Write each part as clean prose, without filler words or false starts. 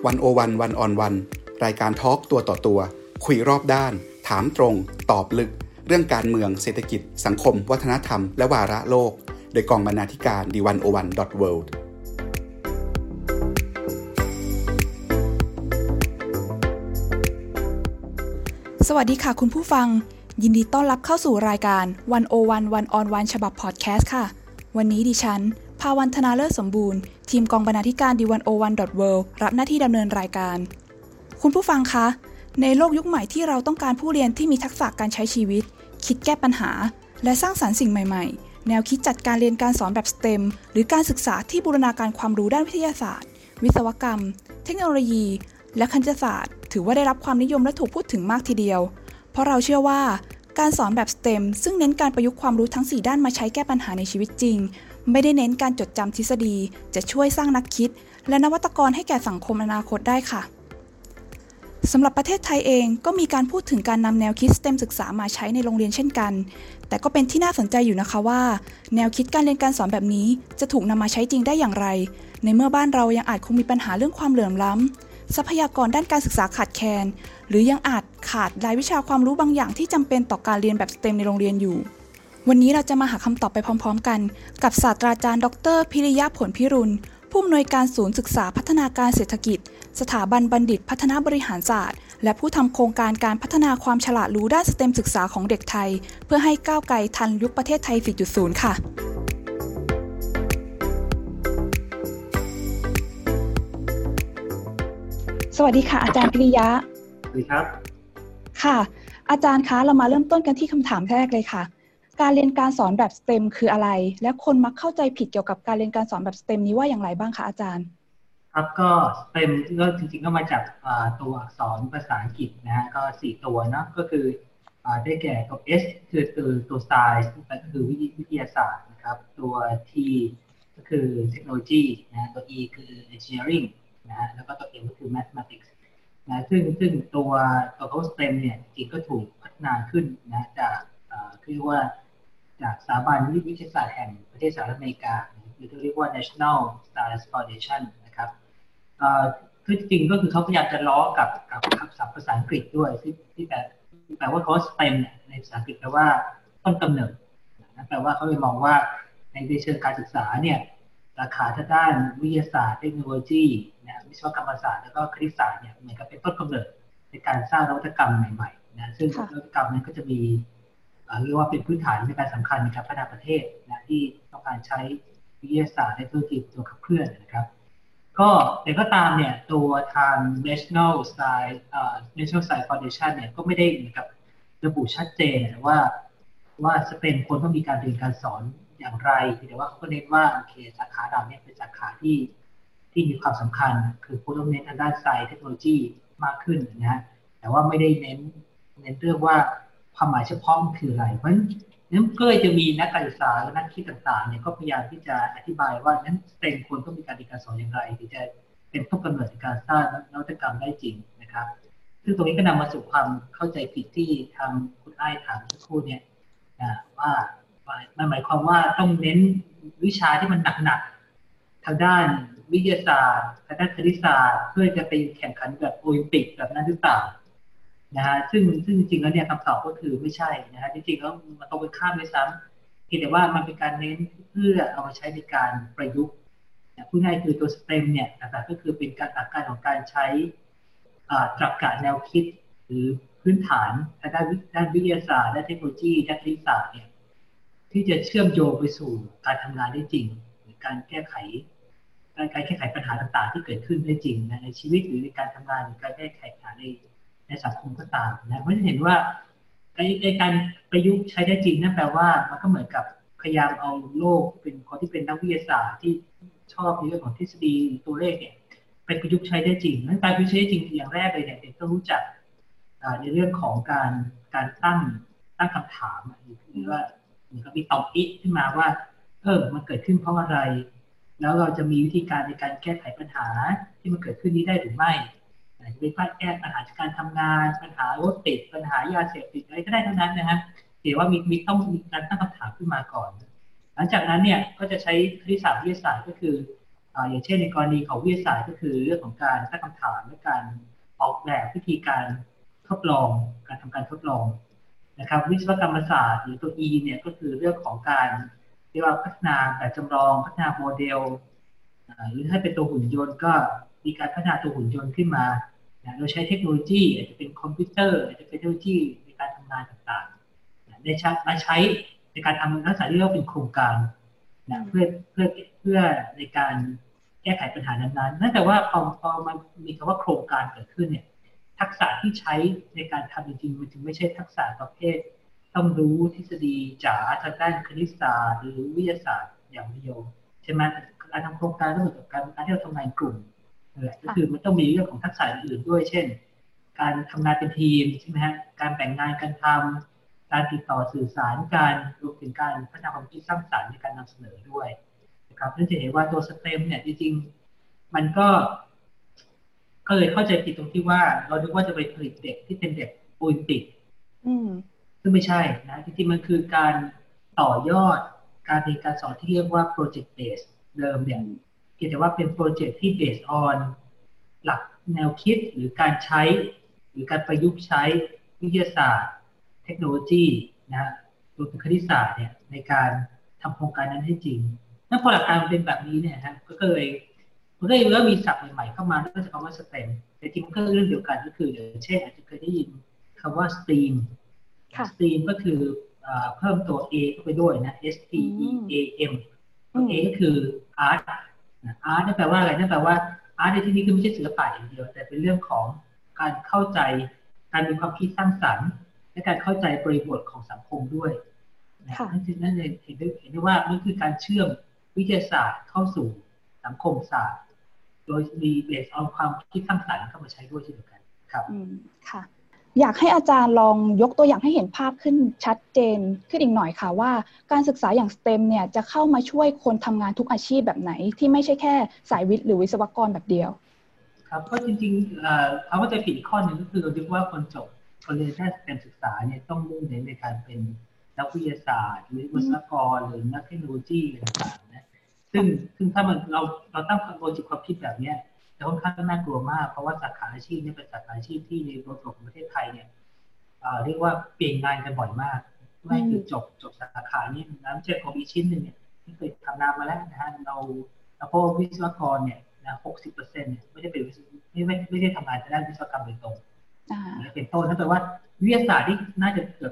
101 วันออนวันรายการทอล์กตัวต่อตัวคุยรอบด้านถามตรงตอบลึกเรื่องการเมืองเศรษฐกิจสังคมวัฒนธรรมและวาระโลกโดยกองบรรณาธิการ 101.world สวัสดีค่ะคุณผู้ฟังยินดีต้อนรับเข้าสู่รายการ101 วันออนวันฉบับพอดแคสต์ค่ะวันนี้ดิฉันภาวันธนาเลิศสมบูรณ์ทีมกองบรรณาธิการ 101.world รับหน้าที่ดำเนินรายการคุณผู้ฟังคะในโลกยุคใหม่ที่เราต้องการผู้เรียนที่มีทักษะการใช้ชีวิตคิดแก้ปัญหาและสร้างสรรค์สิ่งใหม่ๆแนวคิดจัดการเรียนการสอนแบบ STEM หรือการศึกษาที่บูรณาการความรู้ด้านวิทยาศาสตร์วิศวกรรมเทคโนโลยีและคณิตศาสตร์ถือว่าได้รับความนิยมและถูกพูดถึงมากทีเดียวเพราะเราเชื่อว่าการสอนแบบ STEM ซึ่งเน้นการประยุกต์ความรู้ทั้ง4ด้านมาใช้แก้ปัญหาในชีวิตจริงไม่ได้เน้นการจดจำทฤษฎีจะช่วยสร้างนักคิดและนวัตกรให้แก่สังคมอนาคตได้ค่ะสำหรับประเทศไทยเองก็มีการพูดถึงการนำแนวคิด STEM ศึกษามาใช้ในโรงเรียนเช่นกันแต่ก็เป็นที่น่าสนใจอยู่นะคะว่าแนวคิดการเรียนการสอนแบบนี้จะถูกนำมาใช้จริงได้อย่างไรในเมื่อบ้านเรายังอาจคงมีปัญหาเรื่องความเหลื่อมล้ำทรัพยากรด้านการศึกษาขาดแคลนหรือยังอาจขาดรายวิชาความรู้บางอย่างที่จำเป็นต่อการเรียนแบบ STEM ในโรงเรียนอยู่วันนี้เราจะมาหาคำตอบไปพร้อมๆกันกับศาสตราจารย์ดร.พิริยะผลพิรุณผู้อำนวยการศูนย์ศึกษาพัฒนาการเศรษฐกิจสถาบันบัณฑิตพัฒนาบริหารศาสตร์และผู้ทำโครงการการพัฒนาความฉลาดรู้ด้าน STEM ศึกษาของเด็กไทยเพื่อให้ก้าวไกลทันยุคประเทศไทย 4.0 ค่ะสวัสดีค่ะอาจารย์พิริยะสวัสดีครับค่ะอาจารย์คะเรามาเริ่มต้นกันที่คำถามแรกเลยค่ะการเรียนการสอนแบบ STEM คืออะไรและคนมักเข้าใจผิดเกี่ยวกับการเรียนการสอนแบบ STEM นี้ว่าอย่างไรบ้างคะอาจารย์ครับก็ STEM ก็จริงๆก็มาจากตัวอักษรภาษาอังกฤษนะฮะก็4ตัวเนาะก็คือได้แก่ตัว S คือตัว Science ก็คือวิทยาศาสตร์นะครับตัว T ก็คือเทคโนโลยีนะตัว E คือ Engineering นะฮะแล้วก็ตัว M ก็คือ Mathematics นะซึ่งตัวคำว่า STEM เนี่ยจริงๆก็ถูกพัฒนาขึ้นนะจากคือว่าจากสถาบันวิทยาศาสตร์แห่งประเทศสหรัฐอเมริกาหรือที่เรียกว่า National Science Foundation นะครับคือจริงๆก็คือเขาพยายามจะล้อกับคำศัพท์ภาษาอังกฤษด้วยที่แปลว่าคอร์ส STEM ในภาษาอังกฤษแปลว่าต้นกำเนิดนะแปลว่าเขาเลยมองว่าในเชิงการศึกษาเนี่ยสาขาทางด้านวิทยาศาสตร์เทคโนโลยีนะวิศวกรรมศาสตร์แล้วก็คณิตศาสตร์เนี่ยเหมือนกับเป็นต้นกำเนิดในการสร้างนวัตกรรมใหม่ๆนะซึ่งนวัตกรรมนั้นก็จะมีเรียกว่าเป็นพื้นฐานในการสำคัญในการพัฒนาประเทศนะที่ต้องการใช้วิทยาศาสตร์ในธุรกิจตัวขับเคลื่อนนะครับก็แต่ก็ตามเนี่ยตัวทาง National Science Foundation เนี่ยก็ไม่ได้เหมือนกับระบุชัดเจนว่าจะเป็นคนต้องมีการเรียนการสอนอย่างไรแต่ว่าเขาก็เน้นว่าโอเคสาขาเหล่านี้เป็นสาขาที่มีความสำคัญคือผู้ต้องเน้นทางด้านไซน์เทคโนโลยีมากขึ้นนะฮะแต่ว่าไม่ได้เน้นเรื่องว่าความหมายเฉพาะคืออะไรเพราะฉะนั้นก็เลยจะมีนักการศึกษาและนักคิดต่างๆเนี่ยก็พยายามที่จะอธิบายว่านั้นSTEMควรต้องมีการเรียนการสอนอย่างไรถึงจะเป็นต้นกำเนิดในการสร้างนวัตกรรมได้จริงนะครับซึ่งตรงนี้ก็นำมาสู่ความเข้าใจผิดที่ทางคุณอ้ายถามสักครู่เนี่ยว่ามันหมายความว่าต้องเน้นวิชาที่มันหนักๆทางด้านวิทยาศาสตร์ทางด้านคณิตศาสตร์เพื่อจะไปแข่งขันแบบโอลิมปิกแบบนั้นหรือเปล่านะฮะซึ่งจริงๆแล้วเนี่ยคำตอบก็คือไม่ใช่นะฮะจริงๆแล้วมันตรงกันข้ามด้วยซ้ำเพียงแต่ว่ามันเป็นการเน้นเพื่อเอามาใช้ในการประยุกต์พูดง่ายคือตัว STEM เนี่ยนะครับก็คือเป็นการหลักการของการใช้ตรรกะแนวคิดหรือพื้นฐานทางด้านวิทยาศาสตร์และเทคโนโลยีด้านคณิตศาสตร์เนี่ยที่จะเชื่อมโยงไปสู่การทำงานได้จริงหรือการแก้ไขปัญหาต่างๆที่เกิดขึ้นได้จริงในชีวิตหรือในการทำงานหรือการแก้ไขปัญหาในสังคมก็ตามนะเพราะจะเห็นว่าการประยุกต์ใช้ได้จริงนั่นแปลว่ามันก็เหมือนกับพยายามเอาโลกเป็นคนที่เป็นนักวิทยาศาสตร์ที่ชอบในเรื่องของทฤษฎีตัวเลขเนี่ยไปประยุกต์ใช้ได้จริงนั้นการประยุกต์ใช้ได้จริงอย่างแรกเลยเนี่ยต้องรู้จักในเรื่องของการตั้งคำถามหรือว่าเหมือนกับมีตอบอิขึ้นมาว่ามันเกิดขึ้นเพราะอะไรแล้วเราจะมีวิธีการในการแก้ไขปัญหาที่มันเกิดขึ้นนี้ได้หรือไม่จะเป็นแก้ปัญหาจากการทำงานปัญหารถติดปัญหายาเสพติดอะไรก็ได้ทั้งนั้นนะฮะแต่ว่าต้องมีการตั้งคำถามขึ้นมาก่อนหลังจากนั้นเนี่ยก็จะใช้คณิตศาสตร์วิทยาศาสตร์ก็คืออย่างเช่นในกรณีของวิทยาศาสตร์ก็คือเรื่องของการตั้งคำถามและการออกแบบวิธีการทดลองการทำการทดลองนะครับวิศวกรรมศาสตร์หรือตัว E เนี่ยก็คือเรื่องของการเรียกว่าพัฒนาแบบจำลองพัฒนาโมเดลหรือถ้าเป็นตัวหุ่นยนต์ก็มีการพัฒนาตัวหุ่นยนต์ขึ้นมาโดยใช้เทคโนโลยีอาจจะเป็นคอมพิวเตอร์อาจจะเป็นเทคโนโลยีในการทำงานต่างๆได้ใช้ในการทำลักษณะที่เรียกว่าเป็นโครงการเพื่อในการแก้ไขปัญหานั้นๆนั่นแต่ว่าพอมันมีคำว่าโครงการเกิดขึ้นเนี่ยทักษะที่ใช้ในการทำจริงๆมันจึงไม่ใช่ทักษะประเภทต้องรู้ทฤษฎีจ๋าทางด้านคณิตศาสตร์หรือวิทยาศาสตร์อย่างเดียวใช่ไหมการทำโครงการก็เหมือนกับการที่เราทำงานกลุ่มก็คือมันต้องมีเรื่องของทักษะอื่นด้วยเช่นการทำงานเป็นทีมใช่ไหมฮะการแบ่งงานกันทำการติดต่อสื่อสารกันรวมถึงการพัฒนาความคิดสร้างสรรค์ในการนำเสนอด้วยนะครับนั่นจะเห็นว่าตัว STEM เนี่ยจริงๆมันก็เลยเข้าใจผิดตรงที่ว่าเราคิดว่าจะไปผลิตเด็กที่เป็นเด็กโอลิมปิกซึ่งไม่ใช่นะจริงๆมันคือการต่อยอดการเรียนการสอนที่เรียกว่า project based เดิมเนี่ยเรียกว่าเป็นโปรเจกต์ที่ based on หลักแนวคิดหรือการใช้หรือการประยุกต์ใช้วิทยาศาสตร์เทคโนโลยีนะรวมถึงคณิตศาสตร์เนี่ยในการทำโครงการนั้นให้จริงนั่นพอหลักการมันเป็นแบบนี้เนี่ยฮะก็เลยเริ่มมีศัพท์ใหม่ๆเข้ามาเนื่องจากคำว่า STEM แต่จริงก็เรื่องเดียวกันก็คือเช่นอาจจะเคยได้ยินคำว่า STEAM STEAM ก็คือเพิ่มตัว A เข้าไปด้วยนะ STEAM ตัว A ก็คือ Art Art นั่นแปลว่าอะไรนั่นแปลว่า Art ในที่นี้คือไม่ใช่ศิลปะอย่างเดียวแต่เป็นเรื่องของการเข้าใจการมีความคิดสร้างสรรค์และการเข้าใจบริบทของสังคมด้วยนั่นเองเห็นได้ว่ามันคือการเชื่อมวิทยาศาสตร์เข้าสู่สังคมศาสตร์โดยมีเบสเอาความคิดสร้างสรรค์เข้ามาใช้ด้วยเช่นเดียวกันครับค่ะอยากให้อาจารย์ลองยกตัวอย่างให้เห็นภาพขึ้นชัดเจนขึ้นอีกหน่อยค่ะว่าการศึกษาอย่าง STEM เนี่ยจะเข้ามาช่วยคนทำงานทุกอาชีพแบบไหนที่ไม่ใช่แค่สายวิทย์หรือวิศวกรแบบเดียวครับก็จริงๆเขาก็จะผิดข้อหนึ่งก็คือเราคิดว่าคนเรียนด้าน STEM ศึกษาเนี่ยต้องมุ่งเน้นในการเป็นนักวิทยาศาสตร์หรือวิศวกรหรือนักเทคโนโลยีต่างๆนะซึ่งถ้ามันเราตั้งโลจิกความคิดแบบนี้จะค่อนข้างน่ากลัวมากเพราะว่าสาขาอาชีพนี้เป็นสาขาอาชีพที่ในระบบของประเทศไทยเนี่ยเรียกว่าเปลี่ยนงานกันบ่อยมากไม่คือจบสาขานี้น้ำเจ็ดของอีกชิ้นหนึ่งเนี่ยที่เคยทำงานมาแล้วนะฮะเราเพราะวิศวกรเนี่ยนะ 60% เนี่ยไม่ได้เป็นไม่ได้ทำงานทางด้านวิศวกรรมโดยตรงเป็นต้นนั่นแปลว่าวิทยาศาสตร์ที่น่าจะเกือบ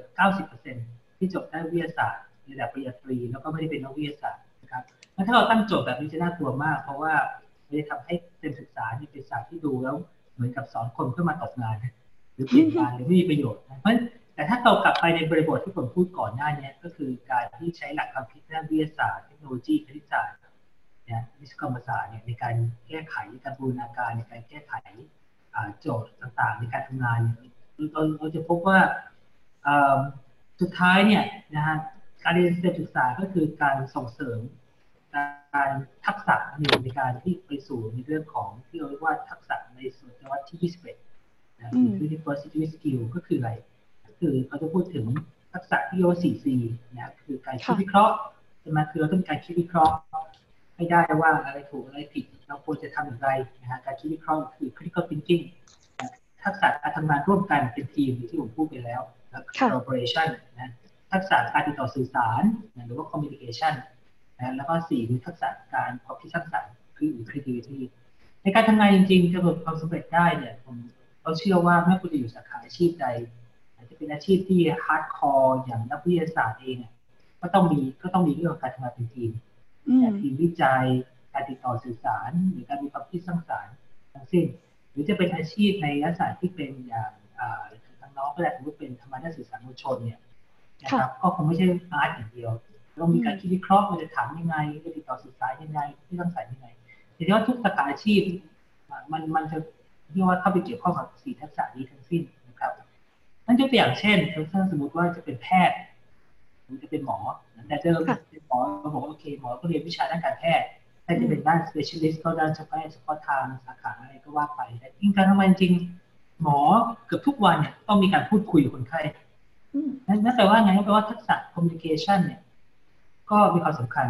90% ที่จบด้านวิทยาศาสตร์ในระดับปริญญาตรีแล้วก็ไม่ได้เป็นนักวิทยาศาสตร์นะครับถ้าเราตั้งโจทย์แบบนี้จะน่ากลัวมากเพราะว่ามันจะทำให้เป็นศึกษาที่เป็นศาสตร์ที่ดูแล้วเหมือนกับสอนคนเพื่อมาตกงานหรือเปลี่ยนงานหรือไม่มีประโยชน์เพราะแต่ถ้าเรากลับไปในบริบทที่ผมพูดก่อนหน้านี้ก็คือการที่ใช้หลักความคิดด้านวิทยาศาสตร์เทคโนโลยีคณิตศาสตร์วิศวกรรมศาสตร์เนี่ยในการแก้ไขการบูรณาการในการแก้ไขโจทย์ต่างๆในการทำงานเราจะพบว่าสุดท้ายเนี่ยนะฮะการเรียนศึกษาก็คือการส่งเสริมการทักษะในการที่ไปสู่ในเรื่องของที่เราเรียกว่าทักษะในศตวรรษที่ 21 นะคือ 21st skill ก็คืออะไรคือเขาจะพูดถึงทักษะที่เรียกว่า 4C นะคือการคิดวิเคราะห์ใช่ไหมคือเราต้องมีการคิดวิเคราะห์ให้ได้ว่าอะไรถูกอะไรผิดเราควรจะทำอย่างไรนะฮะการคิดวิเคราะห์คือ critical thinking ทักษะการทำงานร่วมกันเป็นทีมที่ผมพูดไปแล้ว collaboration นะทักษะการติดต่อสื่อสารหรือว่า communication นะแล้วก็4คือทักษะการความคิดสร้างสรรค์คือ creativity ในการทำงานจริงๆจะประสบความสำเร็จได้เนี่ยเราเชื่อว่าไม่ว่าคุณจะอยู่สาขาอาชีพใดอาจจะเป็นอาชีพที่ hardcore อย่างนักวิทยาศาสตร์เองก็ต้องมีเรื่องของการทำงานเป็นทีมทีมวิจัยการติดต่อสื่อสารหรือการมีความคิดสร้างสรรค์ทั้งสิ้นหรือจะเป็นอาชีพในลักษณะที่เป็นอย่างทางน้องก็ได้ถือว่าเป็นธรรมะด้านสื่อสารมวลชนเนี่ยนะครับก็คงไม่ใช่อาร์ตอย่างเดียวต้องมีการคิดวิเคราะห์มันจะถามยังไงจะติดต่อสื่อสารยังไงที่สร้างสรรค์ยังไงแต่ที่ว่าทุกสาขาอาชีพมันจะเรียกว่าเข้าไปเกี่ยวข้องกับ4ทักษะนี้ทั้งสิ้นนะครับนั่นยกตัวอย่างเช่นถ้าสมมติว่าจะเป็นแพทย์หรือจะเป็นหมอแต่เดิมเป็นหมอเราบอกว่าโอเคหมอก็เรียนวิชาด้านการแพทย์ถ้าจะเป็นด้าน specialist ก็ด้านเฉพาะทางสาขาอะไรก็ว่าไปแต่จริงการทำงานจริงหมอเกือบทุกวันเนี่ยต้องมีการพูดคุยกับคนไข้นั่นแปลว่าไงนั่นแปลว่าทักษะ communication เนี่ยก็มีความสำคัญ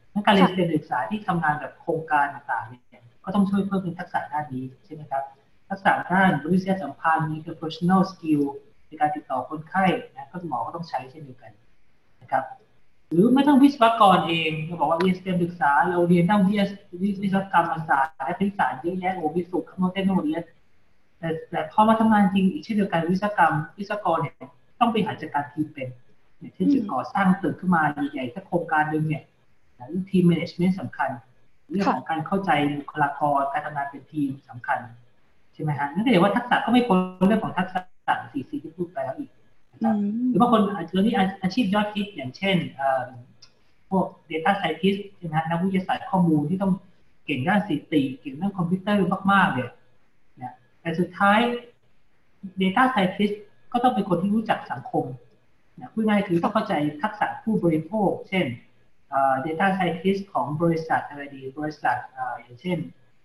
นักการเรียนการศึกษาที่ทำงานแบบโครงการต่างๆเนี่ยก็ต้องช่วยเพิ่มทักษะด้านนี้ใช่ไหมครับทักษะด้านมนุษยสัมพันธ์มี personal skill ในการติดต่อคนไข้นะก็หมอก็ต้องใช้เช่นเดียวกันนะครับหรือไม่ต้องวิศวกรเองเราบอกว่าเรียนการศึกษาเราเรียนด้านวิศวกรรมศาสตร์และคณิตศาสตร์เยอะแยะโอ้วิสุทธ์คำนวณเทคโนโลยีแต่พอมาทำงานจริงอีกเช่นเดียวกันวิศวกรเนี่ยต้องไปหาจัดการทีมเป็นอย่างเช่นจะก่อสร้างตึกขึ้นมาใหญ่ๆถ้าโครงการหนึ่งเนี่ยเรื่องทีมแมネจเมนต์สำคัญเรื่องของการเข้าใจบุคลากรการทำงานเป็นทีมสำคัญใช่ไหมฮะนั่นก็แปลว่าทักษะก็ไม่พ้นเรื่องของทักษะ4Cที่พูดไปแล้วอีกหรือบางคนอาจจะมีอาชีพยอดฮิตอย่างเช่นพวก data scientist ใช่ไหมฮะนักวิทยาศาสตร์ข้อมูลที่ต้องเก่งด้านสถิติเก่งด้านคอมพิวเตอร์มากๆเลยนะแต่สุดท้าย data scientist ก็ต้องเป็นคนที่รู้จักสังคมนะพูดง่ายคือต้องเข้าใจทักษะผู้บริโภคเช่นdata scientist ของบริษัทอะไรดีบริษัทอย่างเช่น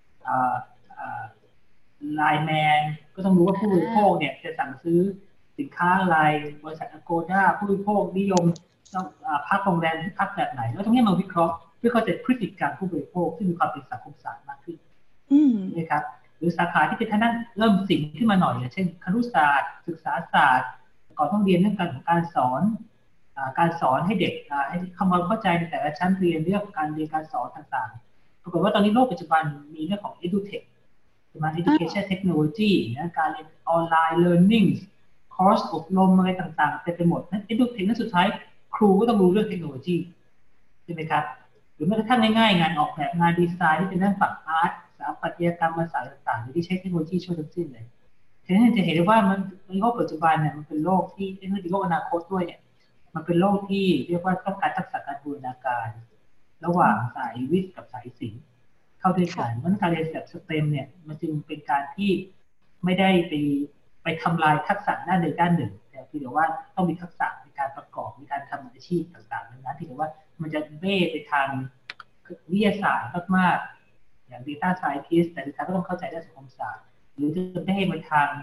ไลน์แมนก็ต้องรู้ว่าผู้บริโภคเนี่ยจะสั่งซื้อสินค้าอะไรบริษัท Agoda ผู้บริโภคนิยมต้องพักโรงแรมที่พักแบบไหนแล้วตรงนี้มาวิเคราะห์เพื่อเข้าใจพฤติกรรมผู้บริโภคซึ่งมีความเป็นสังคมศาสตร์มากขึ้นนะครับหรือสาขาที่เป็นทางด้านเริ่มศิลป์ขึ้นมาหน่อยอย่างเช่นครุศาสตร์ศึกษาศาสตร์ก่อนต้องเรียนเรื่องการสอนให้เด็กให้ทำความเข้าใจในแต่ละชั้นเรียนเรื่องการเรียนการสอนต่างๆปรากฏว่าตอนนี้โลกปัจจุบันมีเรื่องของ edutech มา education technology นะการเรียนออนไลน์ learning คอร์สอบรมอะไรต่างๆเต็มไปหมดนั้น edutech นั้นสุดท้ายครูก็ต้องรู้เรื่องเทคโนโลยีใช่ไหมครับหรือแม้กระทั่งง่ายๆงานออกแบบงานดีไซน์ที่เป็นด้านฝั่งอาร์ตสถาปัตยกรรมภาษาต่างๆที่ใช้เทคโนโลยีช่วยทั้งสิ้นเลยฉะนั้นจะเห็นได้ว่ามันในโลกปัจจุบันเนี่ยมันเป็นโลกที่ในโลกอนาคตด้วยเนี่ยมันเป็นโลกที่เรียกว่าต้องการทักษะการบูรณาการระหว่างสายวิทย์กับสายศิลป์เข้าด้วยกันเพราะการเรียนแบบสเต็มเนี่ยมันจึงเป็นการที่ไม่ได้ไปทำลายทักษะด้านใดด้านหนึ่งแต่เพียงแต่ว่าต้องมีทักษะในการประกอบในการทำอาชีพต่างๆนั้นเพียงแต่ว่ามันจะเบ้ไปทางวิทยาศาสตร์มากๆอย่าง data scientist แต่สุดท้ายก็ต้องเข้าใจด้านสังคมศาสตร์หรือจะได้ไปทาง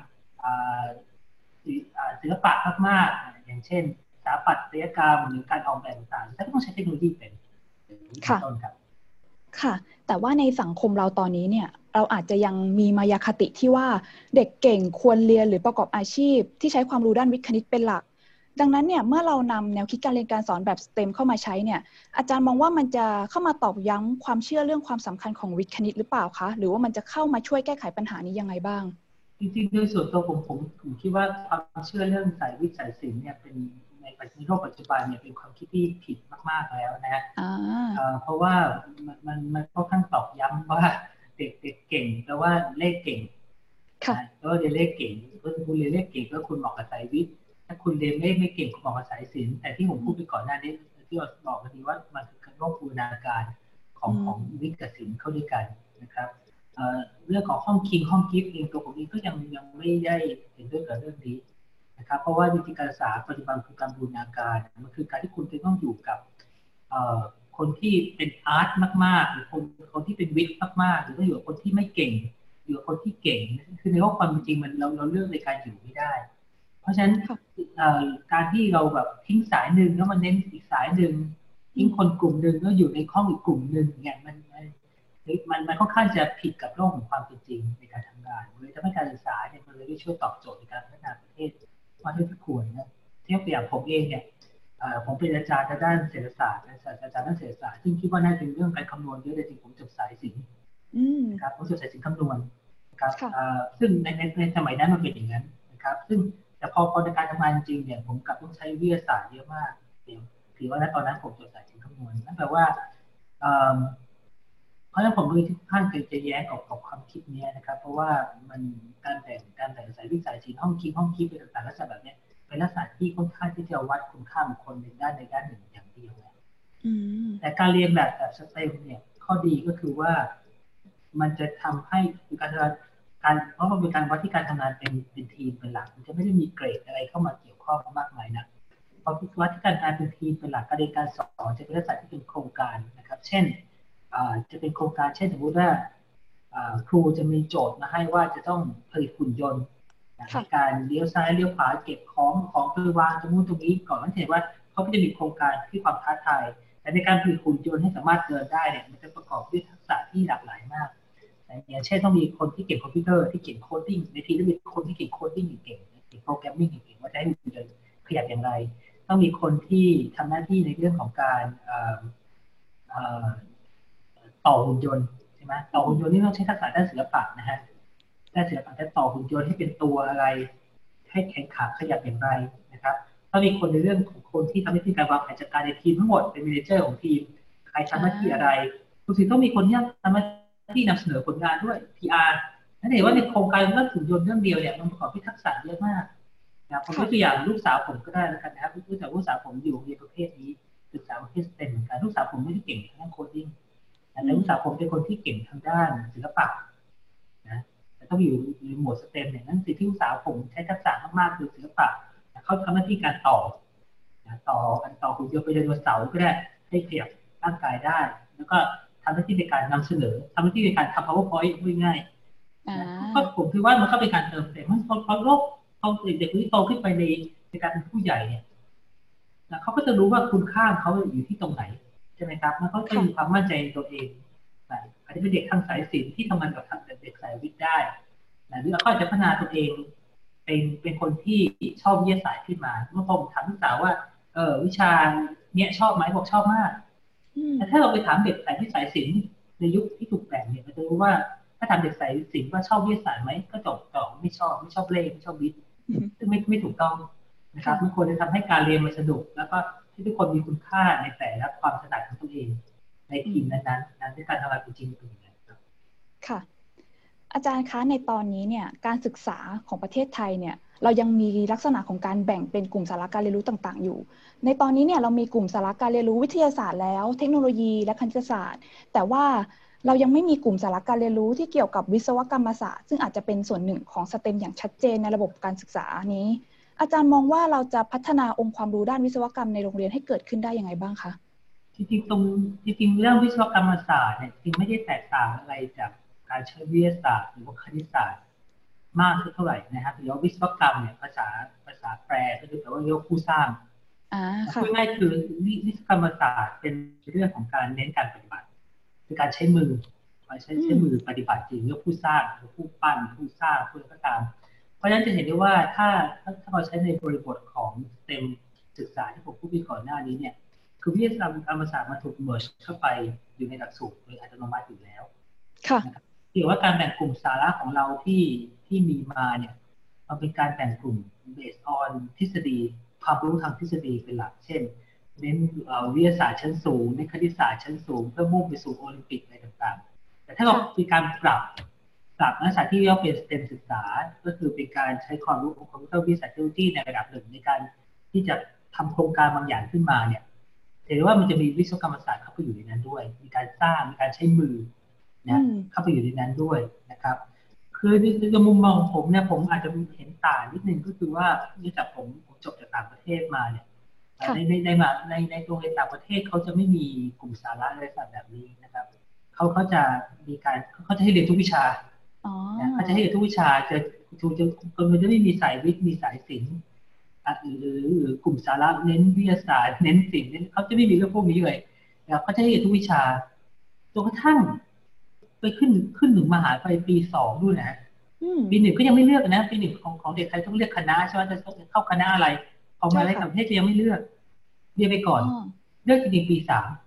ศิลปะมากๆอย่างเช่นสถาปัตยกรรมหรือการออกแบบต่างๆก็ต้องใช้เทคโนโลยีเป็นต้นครับค่ะแต่ว่าในสังคมเราตอนนี้เนี่ยเราอาจจะยังมีมายาคติที่ว่าเด็กเก่งควรเรียนหรือประกอบอาชีพที่ใช้ความรู้ด้านวิทย์คณิตเป็นหลักดังนั้นเนี่ยเมื่อเรานำแนวคิดการเรียนการสอนแบบ STEM เข้ามาใช้เนี่ยอาจารย์มองว่ามันจะเข้ามาตอกย้ำความเชื่อเรื่องความสำคัญของวิทย์คณิตหรือเปล่าคะหรือว่ามันจะเข้ามาช่วยแก้ไขปัญหานี้ยังไงบ้างจริงๆโดยส่วนตัวผมคิดว่าความเชื่อเรื่องสายวิทย์สายศิลป์เนี่ยเป็นในโลกปัจจุบันเนี่ยเป็นความคิดที่ผิดมากๆแล้วนะเพราะว่ามันค่อนข้างตอกย้ำว่าเด็กเก่งแปลว่าเลขเก่งแล้วเรียนเลขเก่งก็คุณเรียนเลขเก่งก็คุณเหมาะกับสายวิทย์ถ้าคุณเรียนไม่เก่งคุณเหมาะกับสายศิลป์แต่ที่ผมพูดไปก่อนหน้านี้ที่เราบอกกันดีว่ามันคือโลกบูรณาการของวิทย์กับศิลป์เข้าด้วยกันนะครับเรื่องของห้องคิงห้องกิฟต์เองตัวผมเองก็ยังไม่ได้เห็นด้วยกับเรื่องนี้นะครับเพราะว่าวิธีการศึกษาปัจจุบันคือการบูรณาการมันคือการที่คุณจะต้องอยู่กับคนที่เป็นอาร์ตมากๆหรือคนที่เป็นวิทย์มากๆหรือว่าอยู่กับคนที่ไม่เก่งอยู่กับคนที่เก่งคือในโลกความเป็นจริงมันเราเลือกในการอยู่ไม่ได้เพราะฉะนั้นการที่เราแบบทิ้งสายหนึ่งแล้วมันเน้นอีกสายหนึ่งทิ้งคนกลุ่มหนึ่งแล้วอยู่ในห้องอีกกลุ่มหนึ่งเนี่ยมันค่อนข้างจะผิดกับโลกของความเป็นจริงในการทำงานเลยทำให้การศึกษาเนี่ยมันเลยได้ช่วยตอบโจทย์ในการพัฒนาประเทศมากที่ควรนะเทียบอย่างผมเองเนี่ยผมเป็นอาจารย์ด้านเศรษฐศาสตร์อาจารย์ด้านเศรษฐศาสตร์ซึ่งคิดว่าน่าจะเป็นเรื่องการคำนวณเยอะแต่จริงผมจบสายศิลป์นะครับผมจบสายศิลป์คำนวณนะครับซึ่งในสมัยนั้นมันเป็นอย่างนั้นนะครับซึ่งแต่พอในการทำงานจริงเนี่ยผมกลับต้องใช้วิทยาศาสตร์เยอะมากถือว่าตอนนั้นผมจบสายศิลป์คำนวณนั่นแปลว่าเพราะฉะนั้นผมเลยทุกท่านเคยจะแย้งกับความคิดนี้นะครับเพราะว่ามันการแบ่งสายวิทย์สายศิลป์ห้องคิดเป็นต่างๆลักษณะแบบนี้เป็นลักษณะที่ค่อนข้างที่จะวัดคุณค่าของคนในด้านหนึ่งอย่างเดียวแต่การเรียนแบบสเต็มเนี่ยข้อดีก็คือว่ามันจะทำให้เพราะมันเป็นการวัดที่การทำงานเป็นทีมเป็นหลักมันจะไม่ได้มีเกรดอะไรเข้ามาเกี่ยวข้องมากมายนะพอวัดที่การทำงานเป็นทีมเป็นหลักการเรียนการสอนจะเป็นลักษณะที่เป็นโครงการนะครับเช่นจะเป็นโครงการเช่นสมมติว่าครูจะมีโจทย์มาให้ว่าจะต้องผลิตหุ่นยนต์ในการเลี้ยวซ้ายเลี้ยวขวาเก็บของไปวางตรงนู้นตรงนี้ก่อนนั่นเห็นว่าเขาก็จะมีโครงการที่ความท้าทายแต่ในการผลิตหุ่นยนต์ให้สามารถเดินได้เนี่ยมันจะประกอบด้วยทักษะที่หลากหลายมากอย่างเช่นต้องมีคนที่เก่งคอมพิวเตอร์ที่เก่งโคดดิ้งในทีมต้องมีคนที่เก่งโคดดิ้งเก่งโปรแกรมมิ่งเก่งว่าจะให้หุ่นยนต์ขยับอย่างไรต้องมีคนที่ทำหน้าที่ในเรื่องของการต่อหุ่นยนต์ใช่ไหมต่อหุ่นยนต์นี่ต้องใช้ทักษะด้านศิลปะนะฮะด้านศิลปะจะต่อหุ่นยนต์ให้เป็นตัวอะไรให้แข็งขาขยับอย่างไรนะครับต้องมีคนในเรื่องของคนที่ทำหน้าที่การวางแผนจัดการในทีมทั้งหมดเป็นแมเนเจอร์ของทีมใครทำหน้าที่อะไรคุณสิต้องมีคนที่ทำหน้าที่นำเสนอผลงานด้วย PR นั่นเองว่าในโครงการเรื่องหุ่นยนต์เรื่องเดียวเนี่ยมันประกอบด้วยทักษะเยอะมากนะผมยกตัวอย่างลูกสาวผมก็ได้แล้วกันนะครับลูกสาวผมอยู่เรียนประเภทนี้ศึกษาประเภทSTEMเหมือนกันลูกสาวผมไม่ได้เก่งทางด้านโคดดิ้งแต่ลูกสาวผมเป็นคนที่เก่งทางด้านศิลปะนะแต่ต้องอยู่ในหมวดSTEMเนี่ยนั่นสิ่งที่ลูกสาวผมใช้ทักษะมากๆคือศิลปะเขาทำหน้าที่การต่อหุ่นยนต์ไปไดโนเสาร์ก็ได้ให้ขยับร่างกายได้แล้วก็ทำหน้าที่ในการนำเสนอทำหน้าที่ในการทำ PowerPoint ง่ายๆก็ผมคิดว่ามันก็เป็นการเติมเต็มมันพอโลกเขาเด็กที่โตขึ้นไปในการเป็นผู้ใหญ่เนี่ยเขาก็จะรู้ว่าคุณค่าเขาอยู่ที่ตรงไหนใช่ไหมครับแล้วเขาจะมีความมั่นใจในตัวเองอาจจะเป็นเด็กทางสายศิลป์ที่ทำงานกับเด็กสายวิทย์ได้หรือเขาจะพัฒนาตัวเองเป็นคนที่ชอบวิทยาศาสตร์ขึ้นมาเมื่อผมถามลูกสาวว่าวิชาเนี้ยชอบไหมบอกชอบมากแต่ถ้าเราไปถามเด็กสายศิลป์ในยุคที่ถูกแบ่งเนี่ยเราจะรู้ว่าถ้าถามเด็กสายศิลป์ว่าชอบวิทยาศาสตร์ไหมก็ตอบไม่ชอบเลขไม่ชอบวิทย์ซึ่งไม่ถูกต้องนะครับมันควรจะทำให้การเรียนมันสนุกแล้วก็ให้ทุกคนมีคุณค่าในแต่ละความถนัดของตัวเองในทีมนั้นในการทำงานจริงๆเป็นอย่างไรครับค่ะอาจารย์คะในตอนนี้เนี่ยการศึกษาของประเทศไทยเนี่ยเรายังมีลักษณะของการแบ่งเป็นกลุ่มสาระการเรียนรู้ต่างๆอยู่ในตอนนี้เนี่ยเรามีกลุ่มสาระการเรียนรู้วิทยาศาสตร์แล้วเทคโนโลยีและคณิตศาสตร์แต่ว่าเรายังไม่มีกลุ่มสาระการเรียนรู้ที่เกี่ยวกับวิศวกรรมศาสตร์ซึ่งอาจจะเป็นส่วนหนึ่งของSTEMอย่างชัดเจนในระบบการศึกษานี้อาจารย์มองว่าเราจะพัฒนาองค์ความรู้ด้านวิศวกรรมในโรงเรียนให้เกิดขึ้นได้ยังไงบ้างคะจริงเรื่องวิศวกรรมศาสตร์เนี่ยจริงไม่ได้แตกต่างอะไรจากการใช้วิทยาศาสตร์หรือว่าคณิตศาสตร์มากเท่าไหร่นะครับหรือว่าวิศวกรรมเนี่ยภาษาแปลก็คือแปลว่าเรียกผู้สร้างพูดง่ายคือวิศวกรรมศาสตร์เป็นเรื่องของการเน้นการปฏิบัติคือการใช้มือใช้มือปฏิบัติจริงเรียกผู้สร้างหรือผู้ปั้นผู้สร้างเพื่อก็ตามเพราะฉะนั้นจะเห็นได้ว่าถ้าเราใช้ในบริบทของSTEMศึกษาที่ผมพูดไปก่อนหน้านี้เนี่ยคือวิทยาศาสตร์กรรมศาสตร์มาถูกเมิร์จเข้าไปอยู่ในหลักสูตรโดยอัตโนมัติอยู่แล้วค่ะเกี่ยวว่าการแบ่งกลุ่มสาระของเราที่มีมาเนี่ยมันเป็นการแบ่งกลุ่ม based on ทฤษฎีความรู้ทางทฤษฎีเป็นหลักเช่นเน้นวิทยาศาสตร์ชั้นสูงในคณิตศาสตร์ชั้นสูงเพื่อมุ่งไปสู่โอลิมปิกอะไรต่างๆแต่ถ้าเรามีการปรับนักศึกษาที่เรียกเป็น STEM ศึกษาก็คือเป็นการใช้ความรู้ของคอมพิวเตอร์วิทยาศาสตร์เทคโนโลยีในระดับหนึ่งในการที่จะทำโครงการบางอย่างขึ้นมาเนี่ยเห็นว่ามันจะมีวิศวกรรมศาสตร์เข้าไปอยู่ในนั้นด้วยมีการสร้างมีการใช้มือนะเข้าไปอยู่ในนั้นด้วยนะครับคือในมุมมองของผมเนี่ยผมอาจจะเห็นต่างนิดนึงก็คือว่าเนื่องจากผมจบจากต่างประเทศมาเนี่ยในโรงเรียนต่างประเทศเขาจะไม่มีกลุ่มสาระอะไรแบบนี้นะครับเขาจะมีการเขาจะให้เรียนทุกวิชาเขาจะให้เรียนทุกวิชามันจะไม่มีสายวิทย์มีสายศิลป์หรือกลุ่มสาระเน้นวิทยาศาสตร์เน้นศิลป์เขาจะไม่มีเรื่องพวกนี้เลยเขาจะให้เรียนทุกวิชาจนกระทั่งไปขึ้นหนึ่งมหาไปปี2ด้วยนะปี1ก็ยังไม่เลือกนะปี1ของเด็กไทยต้องเลือกคณะใช่ไหมจะเข้าคณะอะไรออกมาอะไรต่างประเทศยังไม่เลือกเรียนไปก่อนเลือกจริงๆปี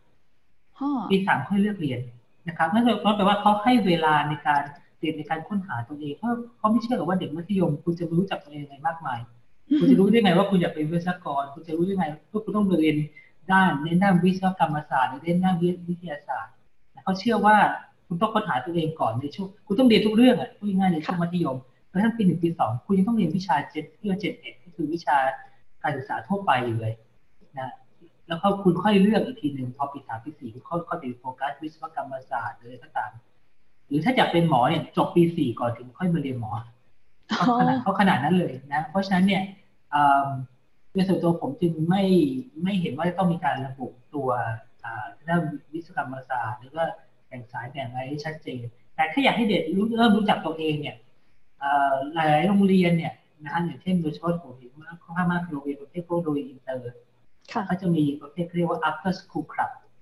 3ค่อยเลือกเรียนนะครับนั่นแปลว่าเขาให้เวลาในการเรียนในการค้นหาตัวเองเพราะเขาไม่เชื่อว่าเด็กมัธยมคุณจะรู้จักตัวเองอะไรมากมายคุณจะรู้ได้ไงว่าคุณอยากเป็นวิศวกรคุณจะรู้ได้ไงว่าคุณต้องเรียนเน้นด้านวิศวกรรมศาสตร์หรือเน้นด้านวิทยาศาสตร์เขาเชื่อว่าคุณต้องค้นหาตัวเองก่อนในช่วงคุณต้องเรียนทุกเรื่องอ่ะพูดง่ายในช่วงมัธยมกระทั่งปี1ปี2คุณยังต้องเรียนวิชา7 ก็คือวิชาการศึกษาทั่วไปอยู่เลยนะแล้วก็คุณค่อยเลือกอีกทีหนึ่งพอปี3ปี4คุณค่อยไปโฟกัสวิศวกรรมศาสตร์เลยก็ตามหรือถ้าอยากเป็นหมอเนี่ยจบปี4ก่อนถึงค่อยมาเรียนหมอเขาขนาดนั้นเลยนะเพราะฉะนั้นเนี่ยโดยส่วนตัวผมจึงไม่เห็นว่าต้องมีการระบุตัวด้านวิศวกรรมศาสตร์หรือว่าแบ่งสายแบ่งอะไรให้ชัดเจนแต่ถ้าอยากให้เด็กเริ่มรู้จักตัวเองเนี่ยหลายโรงเรียนเนี่ยนะอย่างเช่นโดยเฉพาะผมเห็นมากโรงเรียนประเภทพวกโรงเรียนอินเตอร์เขาจะมีประเภทเรียกว่า after school club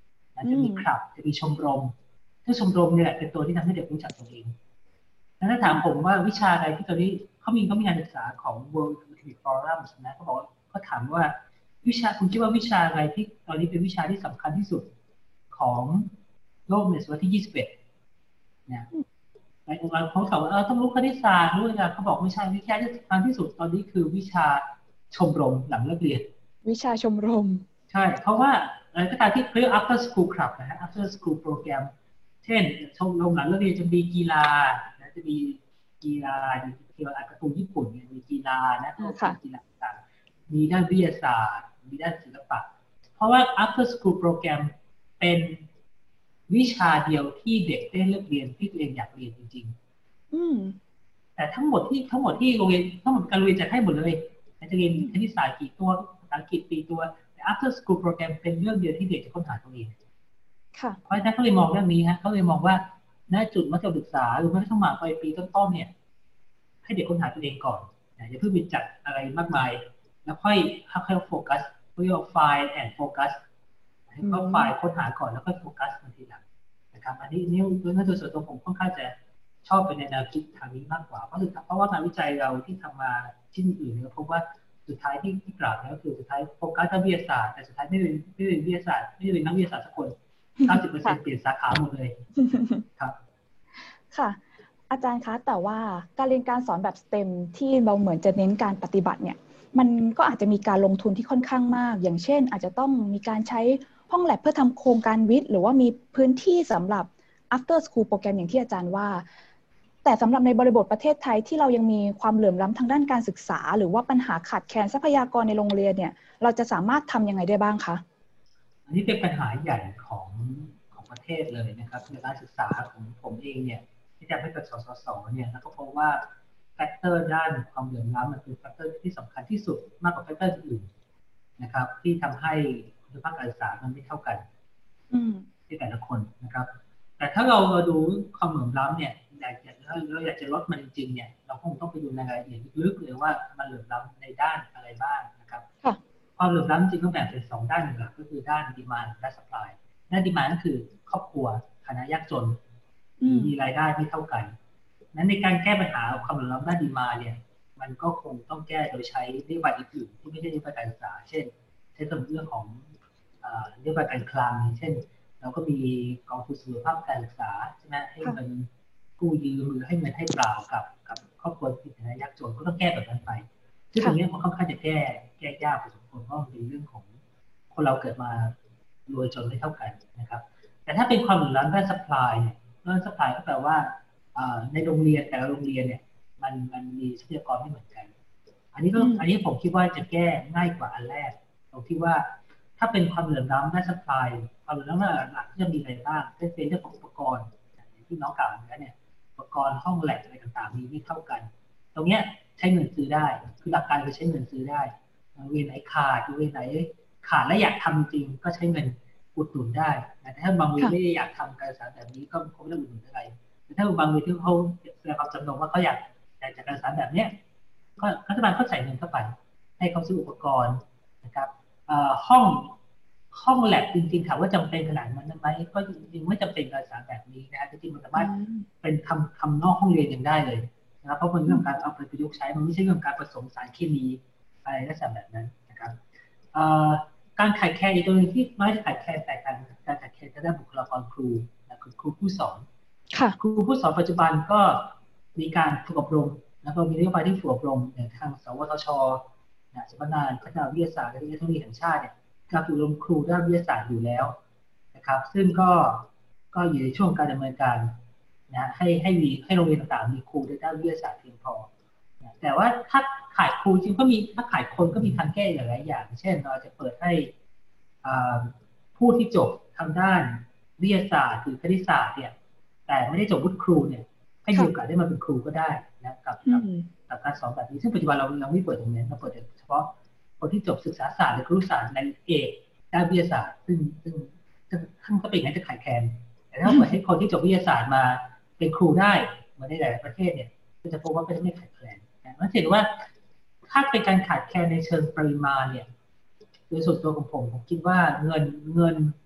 จะมีคลับจะมีชมรมซึ่งชมรมเนี่ยเป็นตัวที่ทำให้เด็กรู้จักตัวเองแล้วถ้าถามผมว่าวิชาอะไรที่ตอนนี้เขามีงานศึกษาของ World Economic Forum นะเขาบอกเขาถามว่าวิชาคุณคิดว่าวิชาอะไรที่ตอนนี้เป็นวิชาที่สำคัญที่สุดของโลกในศตวรรษที่21เนี่ยในองค์กรเขาถามว่าต้องรู้คณิตศาสตร์รู้อะไรเขาบอกไม่ใช่วิชาที่สำคัญที่สุดตอนนี้คือวิชาชมรมหลังเลิกเรียนวิชาชมรมใช่เพราะว่าอะไรก็ตามที่เรียก after school club นะฮะ after school program เช่นชมรมหลังเลิกเรียนจะมีกีฬาจะมีกีฬาการ์ตูนญี่ปุ่นมีกีฬานะกีฬาต่างมีด้านวิทยาศาสตร์มีด้านศิลปะเพราะว่า after school program เป็นวิชาเดียวที่เด็กได้เลือกเรียนที่ตัวเองอยากเรียนจริงๆแต่ทั้งหมดที่โรงเรียนทั้งหมดการเรียนจะให้หมดเลยจะเรียนคณิตศาสตร์กี่ตัวภาษาอังกฤษกี่ตัวแต่ after school program เป็นเรื่องเดียวที่เด็กจะค้นหาตัวเองเพราะฉะนั้นเขาเลยมองเรื่องนี้ฮะเขาเลยมองว่าณจุดมัธยมศึกษาหรือแม้กระทั่งมหาวิทยาลัยปีต้นๆเนี่ยให้เด็กค้นหาตัวเองก่อนอย่าเพิ่งไปจัดอะไรมากมายแล้วค่อยโฟกัสเรียกว่า find and focus ให้เขาไฟล์ค้นหาก่อนแล้วก็โฟกัสมาทีหลังนะครับอันนี้โดยส่วนตัวผมค่อนข้างจะชอบเป็นแนวคิดทางนี้มากกว่าเพราะว่างานวิจัยเราที่ทำมาชิ้นอื่นเนี่ยพบว่าสุดท้ายที่กล่าวแล้วคือสุดท้ายโฟกัสทางวิทยาศาสตร์แต่สุดท้ายไม่เป็นวิทยาศาสตร์ไม่เป็นนักวิทยาศาสตร์สักคน 90% เปลี่ยนสาขาหมดเลยครับค่ะอาจารย์คะแต่ว่าการเรียนการสอนแบบ STEM ที่เราเหมือนจะเน้นการปฏิบัติเนี่ยมันก็อาจจะมีการลงทุนที่ค่อนข้างมากอย่างเช่นอาจจะต้องมีการใช้ห้องแลบเพื่อทำโครงการวิทย์หรือว่ามีพื้นที่สำหรับ after school โปรแกรมอย่างที่อาจารย์ว่าแต่สำหรับในบริบทประเทศไทยที่เรายังมีความเหลื่อมล้ำทางด้านการศึกษาหรือว่าปัญหาขาดแคลนทรัพยากรในโรงเรียนเนี่ยเราจะสามารถทำยังไงได้บ้างคะอันนี้เป็นปัญหาใหญ่ของประเทศเลยนะครับในการศึกษาของผมเองเนี่ยที่จะให้กับสสเนี่ยแล้วก็พบว่าแฟกเตอร์ด้านความเหลื่อมล้ำมันเป็นแฟกเตอร์ที่สำคัญที่สุดมากกว่าแฟกเตอร์อื่นนะครับที่ทำให้คุณภาพการศึกษามันไม่เท่ากันที่แต่ละคนนะครับแต่ถ้าเราดูความเหลื่อมล้ำเนี่ยเราอยากจะลดมันจริงๆเนี่ยเราคงต้องไปดูในรายละเอียดลึกๆเลยว่ามันเหลื่อมล้ำในด้านอะไรบ้างนะครับความเหลื่อมล้ำจริงต้องแบ่งเป็น2ด้านหลักก็คือด้าน demand และ supply ด้าน demand ก็คือครอบครัวฐานะยากจนมีรายได้ไม่เท่ากันนั้นในการแก้ปัญหาความเหลื่อมล้ำด้าน demand เนี่ยมันก็คงต้องแก้โดยใช้นโยบายอื่นที่ไม่ใช่นโยบายการศึกษาเช่นเรื่องของนโยบายการคลังเช่นเราก็มีกองทุนสุขภาพการศึกษาใช่ไหมให้เงินกู้ยืมหรือให้เงินให้เปล่ากับครอบครัวที่ฐานะยากจนก็ต้องแก้แบบนั้นไปซึ่งตรงนี้มันค่อนข้างจะแก้ยากพอสมควรเพราะมันเป็นเรื่องของคนเราเกิดมารวยจนไม่เท่ากันนะครับแต่ถ้าเป็นความเหลื่อมล้ำด้าน supply เนี่ยด้าน supply ก็แปลว่าในโรงเรียนแต่ละโรงเรียนเนี่ยมันมีทรัพยากรไม่เหมือนกันอันนี้ผมคิดว่าจะแก้ง่ายกว่าอันแรกตรงที่ว่าถ้าเป็นความเหลื่อมล้ำด้าน supply ความเหลื่อมล้ำหลักๆจะมีอะไรบ้างเป็นเรื่องของอุปกรณ์อย่างที่น้องกล่าวแล้วเนี่ยอุปกรณ์ห้องแลบอะไรต่างๆมีไม่เท่ากันตรงเนี้ยใช้เงินซื้อได้คือหลักการคือใช้เงินซื้อได้โรงเรียนไหนขาดโรงเรียนไหนขาดและอยากทำจริงก็ใช้เงินอุดหนุนได้แต่ถ้าบางโรงเรียนไม่ได้อยากทำการศึกษาแบบนี้ก็ไม่ต้องอุดหนุนอะไรแต่ถ้าบางโรงเรียนที่เขาแสดงความจำนงว่าเขาอยากจัดการศึกษาแบบเนี้ยก็รัฐบาลก็ใส่เงินเข้าไปให้เขาซื้ออุปกรณ์นะครับห้องแลบจริงๆถามว่าจำเป็นขนาดนั้นไหมก็ยังไม่จำเป็นการศึกษาแบบนี้นะจริงๆมันสามารถเป็นทำนอกห้องเรียนยังได้เลยนะครับเพราะมันเรื่องการเอาไปประยุกต์ใช้มันไม่ใช่เรื่องการผสมสารเคมีอะไรลักษณะแบบนั้นนะครับการขาดแคลนอีกตัวนึงที่ไม่ได้ขาดแคลนแต่การขาดแคลนจะได้บุคลากรครูคือครูผู้สอนครูผู้สอนปัจจุบันก็มีการฝึกอบรมแล้วก็มีนโยบายที่ฝึกอบรมอย่างทางสวทช.สำนักงานพัฒนาวิทยาศาสตร์และเทคโนโลยีแห่งชาติเนี่ยการฝึกอบรมครูด้านวิทยาศาสตร์อยู่แล้วนะครับซึ่งก็อยู่ในช่วงการดำเนินการนะให้โรงเรียนต่างๆมีครูด้านวิทยาศาสตร์เพียงพอแต่ว่าถ้าขาดครูจริงก็มีถ้าขาดคนก็มีทางแก้หลายอย่างเช่นเราจะเปิดให้ผู้ที่จบทางด้านวิทยาศาสตร์หรือคณิตศาสตร์เนี่ยแต่ไม่ได้จบวุฒิครูเนี่ยให้มีโอกาสได้มาเป็นครูก็ได้นะกับการสอนแบบนี้ซึ่งปัจจุบันเราไม่เปิดตรงนี้เราเปิดเฉพาะคนที่จบศึกษาศาสตร์หรือครุศาสตร์ในเอกด้านวิทยาศาสตร์ซึ่งท่านก็เป็นงั้นจะขาดแคลนแต่ถ้าเปิดให้คนที่จบวิทยาศาสตร์มาเป็นครูได้เหมือนในหลายประเทศเนี่ยก็จะพบว่าก็จะไม่ขาดแคลนนั่นเห็นว่าถ้าเป็นการขาดแคลนในเชิงปริมาณเนี่ยโดยส่วนตัวของผมคิดว่าเงิน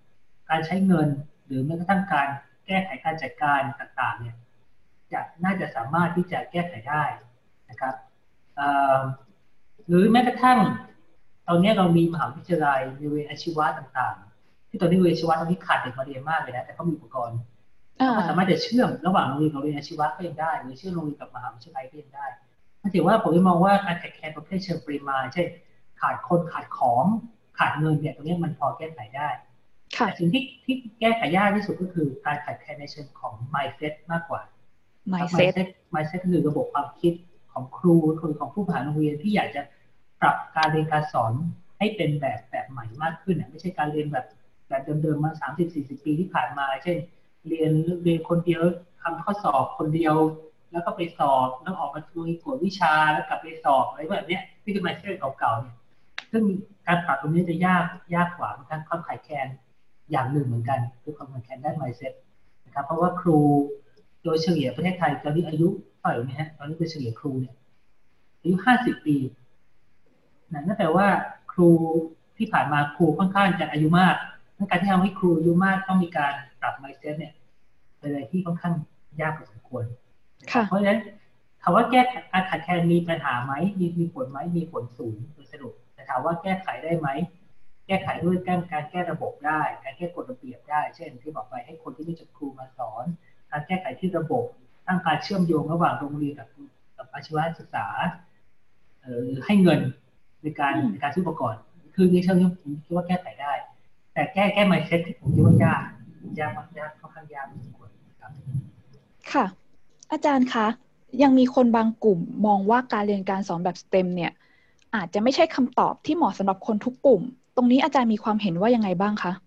การใช้เงินหรือแม้กระทั่งการแก้ไขการจัดการต่างๆเนี่ยน่าจะสามารถที่จะแก้ไขได้นะครับหรือแม้กระทั่งตอนนี้เรามีมหาวิทยาลัยในเวอาชีวะต่างๆที่ตอนนี้เวอาชีวะตอนนี้ขาดเด็กมาเรียนมากเลยนะแต่เขามีอุปกรณ์เขาสามารถจะเชื่อมระหว่างโรงเรียนกับโรงเรียนอาชีวะก็ยังได้หรือเชื่อมโรงเรียนกับมหาวิทยาลัยก็ยังได้ถ้าถือว่าผมมองว่าการขาดแคลนประเภทเชิงปริมาณเช่นขาดคนขาดของขาดเงินเนี่ยตรงนี้มันพอแก้ไขได้แต่สิ่งที่แก้ไขยากที่สุดก็คือการขาดแคลนในเชิงของ mindset มากกว่า mindset คือระบบความคิดของครูของผู้บริหารโรงเรียนที่อยากจะปรับการเรียนการสอนให้เป็นแบบใหม่มากขึ้นไม่ใช่การเรียนแบบเดิมๆมา 30-40 ปีที่ผ่านมาเช่นเรียนคนเดียวทำข้อสอบคนเดียวแล้วก็ไปสอบแล้วออกมาคุยกวดวิชาแล้วกลับไปสอบอะไรแบบนี้ที่คือ mindset เก่าๆเนี่ยซึ่งการปรับตรงนี้จะยากกว่าการความขาดแคลนอย่างหนึ่งเหมือนกันคือความขาดแคลนด้าน mindset นะครับเพราะว่าครูโดยเฉลี่ยประเทศไทยตอนนี้อายุเท่าไหร่นะฮะตอนนี้โดยเฉลี่ยครูเนี่ยอายุ50 ปีนั่นแปลว่าครูที่ผ่านมาครูค่อนข้างจะอายุมากการที่ทำให้ครูอายุมากต้องมีการปรับ mindset เนี่ยเป็นอะไรที่ค่อนข้างยากพอสมควรเพราะฉะนั้นถามว่าแก้การขาดแคลนมีปัญหาไหมมีผลไหมมีผลสูงโดยสรุปแต่ถามว่าแก้ไขได้ไหมแก้ไขด้วยการแก้ระบบได้การแก้กฎระเบียบได้เช่นที่บอกไปให้คนที่ไม่จบครูมาสอนการแก้ไขที่ระบบตั้งการเชื่อมโยงระหว่างโรงเรียนกับอาชีวศึกษาให้เงินในการซื้ออุปกรณ์คือในเชิงนี้ผมคิดว่าแก้ไขได้แต่แก้ mindset ที่ผมคิดว่ายากค่อนข้างยากพอสมควรครับค่ะอาจารย์คะยังมีคนบางกลุ่มมองว่าการเรียนการสอนแบบ STEM เนี่ยอาจจะไม่ใช่คำตอบที่เหมาะสำหรับคนทุกกลุ่มตรงนี้อาจารย์มีความเห็นว่ายังไงบ้างคะ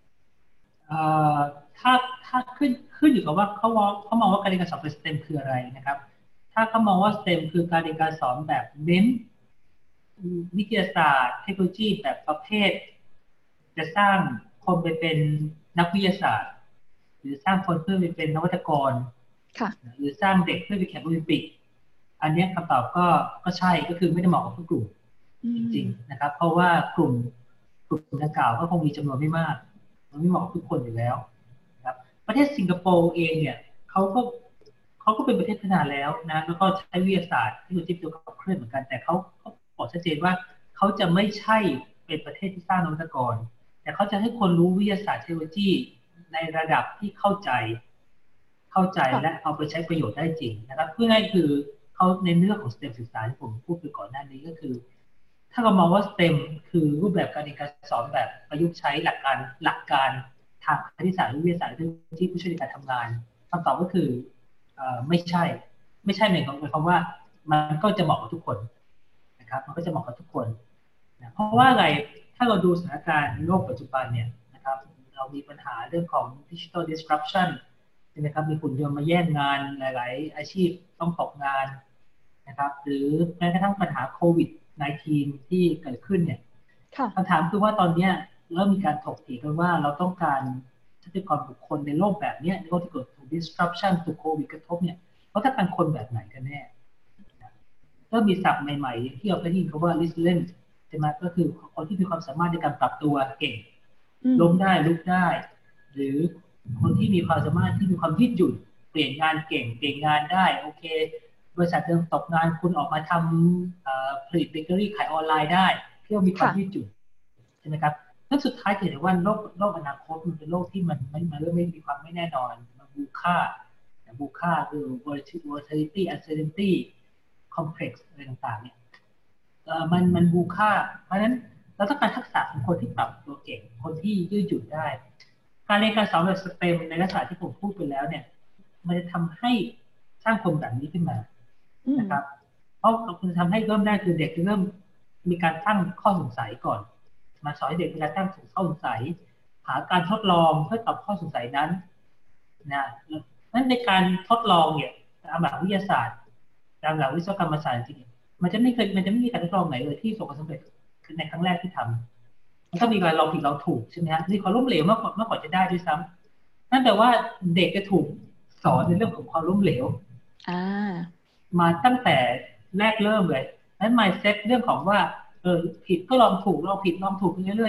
ถ้าขึ้นอยู่กับว่าเขามองว่าการเรียนการสอนแบบ STEM คืออะไรนะครับถ้าเขามองว่า STEM คือการเรียนการสอนแบบเน้นวิทยาศาสตร์เทคโนโลยีแบบประเภทจะสร้างคนไปเป็นนักวิทยาศาสตร์หรือสร้างคนเพื่อไปเป็นนวัตกรหรือสร้างเด็กเพื่อไปแข่งโอลิมปิกอันนี้คำตอบก็ใช่ก็คือไม่ได้เหมาะกับทุกกลุ่มจริงๆนะครับเพราะว่ากลุ่มดังกล่าวก็คงมีจำนวนไม่มากมันไม่เหมาะกับทุกคนอยู่แล้วนะครับประเทศสิงคโปร์เองเนี่ยเขาก็เป็นประเทศพัฒนาแล้วนะแล้วก็ใช้วิทยาศาสตร์ที่เกี่ยวกับเครื่องเหมือนกันแต่เขาบอกชัดเจนว่าเขาจะไม่ใช่เป็นประเทศที่สร้างนวัตกรแต่เขาจะให้คนรู้วิทยาศาสตร์เทคโนโลยีในระดับที่เข้าใจและเอาไปใช้ประโยชน์ได้จริงนะครับเพื่อให้คือเขาในเรื่องของ STEM ศึกษาที่ผมพูดไปก่อนหน้านี้ก็คือถ้าเรามองว่า STEM คือรูปแบบการเรียนการสอนแบบประยุกต์ใช้หลักการทางคณิตศาสตร์วิทยาศาสตร์ที่ผู้ช่วยในการทำงานคำตอบก็คือไม่ใช่หมายความว่ามันก็จะเหมาะกับทุกคนนะครับมันก็จะเหมาะกับทุกคนนะเพราะว่าอะไรถ้าเราดูสถานการณ์โลกปัจจุบันเนี่ยนะครับเรามีปัญหาเรื่องของ digital disruption ใช่ไหมครับมีฝุ่นยนต์มาแย่งงานหลายๆอาชีพต้องตกงานนะครับหรือแม้กระทั่งปัญหาโควิด-19 ที่เกิดขึ้นเนี่ยคำถามคือว่าตอนนี้เริ่มมีการถกเถียงกันว่าเราต้องการทรัพยากรบุคคลในโลกแบบนี้ในโลกที่เกิดถูก disruption ถูกโควิดกระทบเนี่ยเขาต้องการคนแบบไหนกันแน่ก็มีศัพท์ใหม่ๆที่เราได้ยินเขาว่า resilient ใช่ไหมก็คือคนที่มีความสามารถในการปรับตัวเก่งล้มได้ลุกได้หรือคนที่มีความสามารถที่มีความยืดหยุ่นเปลี่ยนงานเก่งเปลี่ยนงานได้โอเคบริษัทเดิมตกงานคุณออกมาทำผลิตเบเกอรี่ขายออนไลน์ได้ที่มีความยืดหยุ่นใช่ไหมครับแล้วสุดท้ายเห็นว่าโลกอนาคตมันเป็นโลกที่มันเริ่มไม่มีความไม่แน่นอนมันบูค่าคือ volatility uncertainty complex อะไรต่างๆเนี่ยมันบูค่าเพราะฉะนั้นเราต้องการทักษะของคนที่ปรับตัวเก่งคนที่ยืดหยุ่นได้การเรียนการสอนแบบ STEM ในลักษณะที่ผมพูดไปแล้วเนี่ยมันจะทำให้สร้างคนแบบนี้ขึ้นมานะครับเพราะคุณทำให้เริ่มได้คือเด็กเริ่มมีการตั้งข้อสงสัยก่อนมาสอนให้เด็กมีการตั้งข้อสงสัยหาการทดลองเพื่อตอบข้อสงสัยนั้นนะนั้นในการทดลองเนี่ยตามหลักวิทยาศาสตร์ตามหลักวิศวกรรมศาสตร์จริงมันจะไม่มีการทดลองไหนเลยที่ประสบความสำเร็จในครั้งแรกที่ทำมันก็มีการลองผิดลองถูกใช่ไหมฮะมีความล้มเหลวมากกว่าจะได้ด้วยซ้ำนั่นแปลว่าเด็กจะถูกสอนในเรื่องของความล้มเหลวมาตั้งแต่แรกเริ่มเลยนั้น mindset เรื่องของว่าผิดก็ลองถูกลองผิดลองถูกเรื่อยๆเนี่ย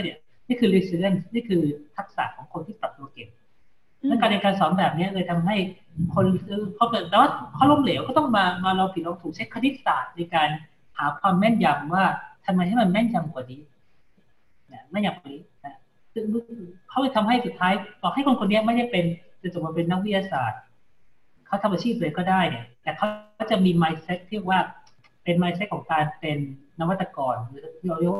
นี่คือ resilience นี่คือทักษะของคนที่ปรับตัวเก่งและการเรียนการสอนแบบนี้เลยทำให้คนเขาเกิดแต่ว่าเขาล้มเหลวก็ต้องมาเราผิดเราถูกใช้คณิตศาสตร์ในการหาความแม่นยำว่าทำไมให้มันแม่นยำกว่านี้นะแม่นยำกว่านี้นะซึ่งเขาเลยทำให้สุดท้ายต่อให้คนคนนี้ไม่ได้เป็นจะจบมาเป็นนักวิทยาศาสตร์เขาทำอาชีพเลยก็ได้เนี่ยแต่เขาจะมี mindset ที่ว่าเป็น mindset ของการเป็นนวัตกรหรือเราเรียก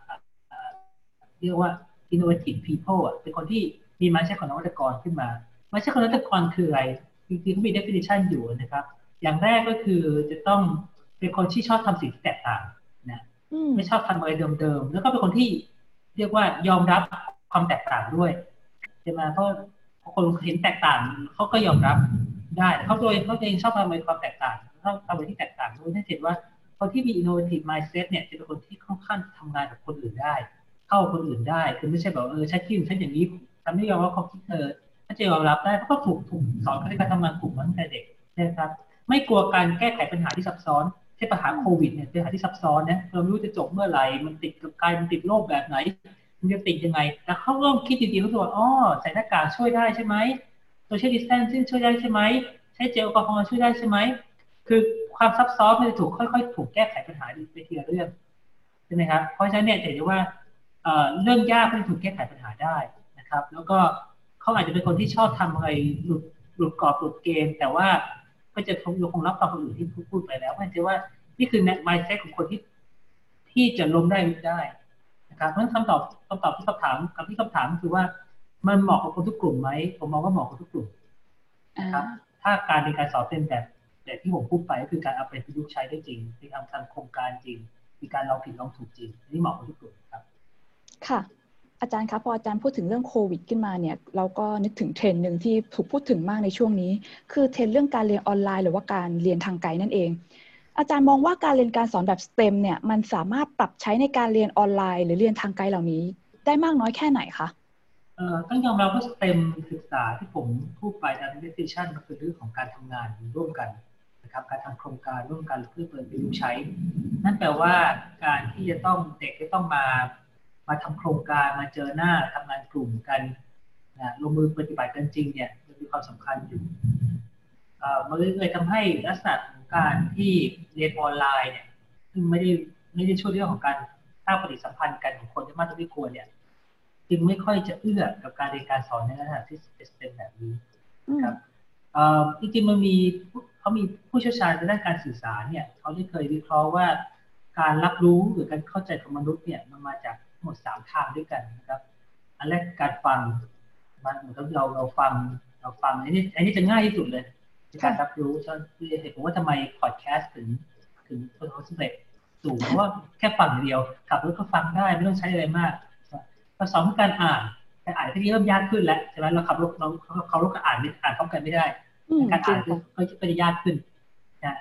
ว่า innovative people อ่ะเป็นคนที่มี mindset ของนวัตกรขึ้นมา mindset ของนวัตกรคืออะไรจริงๆเขามี definition อยู่นะครับอย่างแรกก็คือจะต้องเป็นคนที่ชอบทำสิ่งที่แตกต่างนะไม่ชอบทำอะไรเดิมๆแล้วก็เป็นคนที่เรียกว่ายอมรับความแตกต่างด้วยใช่ไหมเพราะคนเห็นแตกต่างเขาก็ยอมรับได้เขาเองชอบทำอะไรความแตกต่างชอบทำอะไรที่แตกต่างด้วยนั่นเห็นว่าคนที่มี innovative mindset เนี่ยจะเป็นคนที่ค่อนข้างทำงานกับคนอื่นได้เข้าคนอื่นได้คือไม่ใช่แบบฉันคิดฉันอย่างนี้ฉันไม่ยอมรับความคิดถ้าจะยอมรับได้เพราะก็ถูกสอนในการทำงานกลุ่มมาตั้งแต่เด็กนะครับไม่กลัวการแก้ไขปัญหาที่ซับซ้อนเช่นปัญหาโควิดเนี่ยเป็นปัญหาที่ซับซ้อนนะเราไม่รู้จะจบเมื่อไหร่มันติดกับกายมันติดโรคแบบไหนมันจะติดยังไงแต่เขาต้องคิดดีๆรู้สึกว่าใส่หน้ากากช่วยได้ใช่ไหมsocial distancing ช่วยได้ใช่ไหมใช้เจลแอลกอฮอล์ช่วยได้ใช่ไหมคือความซับซ้อนมันจะถูกค่อยๆถูกแก้ไขปัญหาไปทีละเรื่องใช่ไหมครับเพราะฉะนั้นเนี่ยจะเห็นว่าเรื่องยากก็จะถูกแก้ไขปัญหาได้นะครับแล้วก็เขาอาจจะเป็นคนที่ชอบทำอะไรหลุดกรอบหลุดเกณฑ์แต่ว่าก็จะคงรับฟังคนอื่นที่พูดไปแล้วมันจะว่านี่คือ mindset ของคนที่จะล้มได้ลุกได้นะครับเพราะฉะนั้นคำตอบที่คำถามคือว่ามันเหมาะกับคนทุกกลุ่มไหมผมมองว่าเหมาะกับทุกกลุ่มนะครับถ้าการในการสอนเป็นแบบที่ผมพูดไปก็คือการเอาไปประยุกต์ใช้ได้จริงมีการทำโครงการจริงมีการลองผิดลองถูกจริงนี่เหมาะกับทุกกลุ่มครับค่ะอาจารย์คะพออาจารย์พูดถึงเรื่องโควิดขึ้นมาเนี่ยเราก็นึกถึงเทรนด์หนึ่งที่ถูกพูดถึงมากในช่วงนี้คือเทรนด์เรื่องการเรียนออนไลน์หรือว่าการเรียนทางไกลนั่นเองอาจารย์มองว่าการเรียนการสอนแบบ STEM เนี่ยมันสามารถปรับใช้ในการเรียนออนไลน์หรือเรียนทางไกลเหล่านี้ได้มากน้อยแค่ไหนคะต้องยอมรับว่า STEM ศึกษาที่ผมพูดไปตาม definition ก็คือเรื่องของการทำงานร่วมกันนะครับการทำโครงการร่วมกันเพื่อประยุกต์ใช้นั่นแปลว่าการที่จะต้องเด็กจะต้องมาทำโครงการมาเจอหน้าทำงานกลุ่มกันลงมือปฏิบัติกันจริงเนี่ยมีความสำคัญอยู่มันเลยทำให้ลักษณะของการที่เรียนออนไลน์เนี่ยซึ่งไม่ได้ช่วยเรื่องของการสร้างปฏิสัมพันธ์กันของคนที่มากเท่าที่ควรเนี่ยจึงไม่ค่อยจะเอื้อกับการเรียนการสอนในลักษณะที่เป็นแบบนี้ครับจริงๆเขามีผู้เชี่ยวชาญในด้านการสื่อสารเนี่ยเขาได้เคยวิเคราะห์ว่าการรับรู้หรือการเข้าใจของมนุษย์เนี่ยมันมาจากหมด3ทางด้วยกันนะครับอันแรกการฟังมันเหมือนกับเราฟังอันนี้จะง่ายที่สุดเลยการรับรู้ฉะนั้นเหตุผลว่าทำไมพอดแคสต์ถึงประสบความสำเร็จสูงเพราะว่าแค่ฟังเดียวขับรถก็ฟังได้ไม่ต้องใช้อะไรมากข้อ2คือการอ่านที่เริ่มยากขึ้นแล้วใช่ไหมเราขับรถก็อ่านพร้อมกันไม่ได้การอ่านก็จะยากขึ้นนะ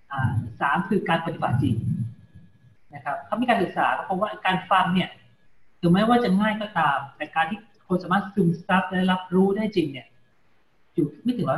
3คือการปฏิบัติจริงนะครับเขามีการศึกษาเพราะว่าการฟังเนี่ยถึงแม้ว่าจะง่ายก็ตามแต่การที่คนสามารถซึมซับและรับรู้ได้จริงเนี่ยอยู่ไม่ถึง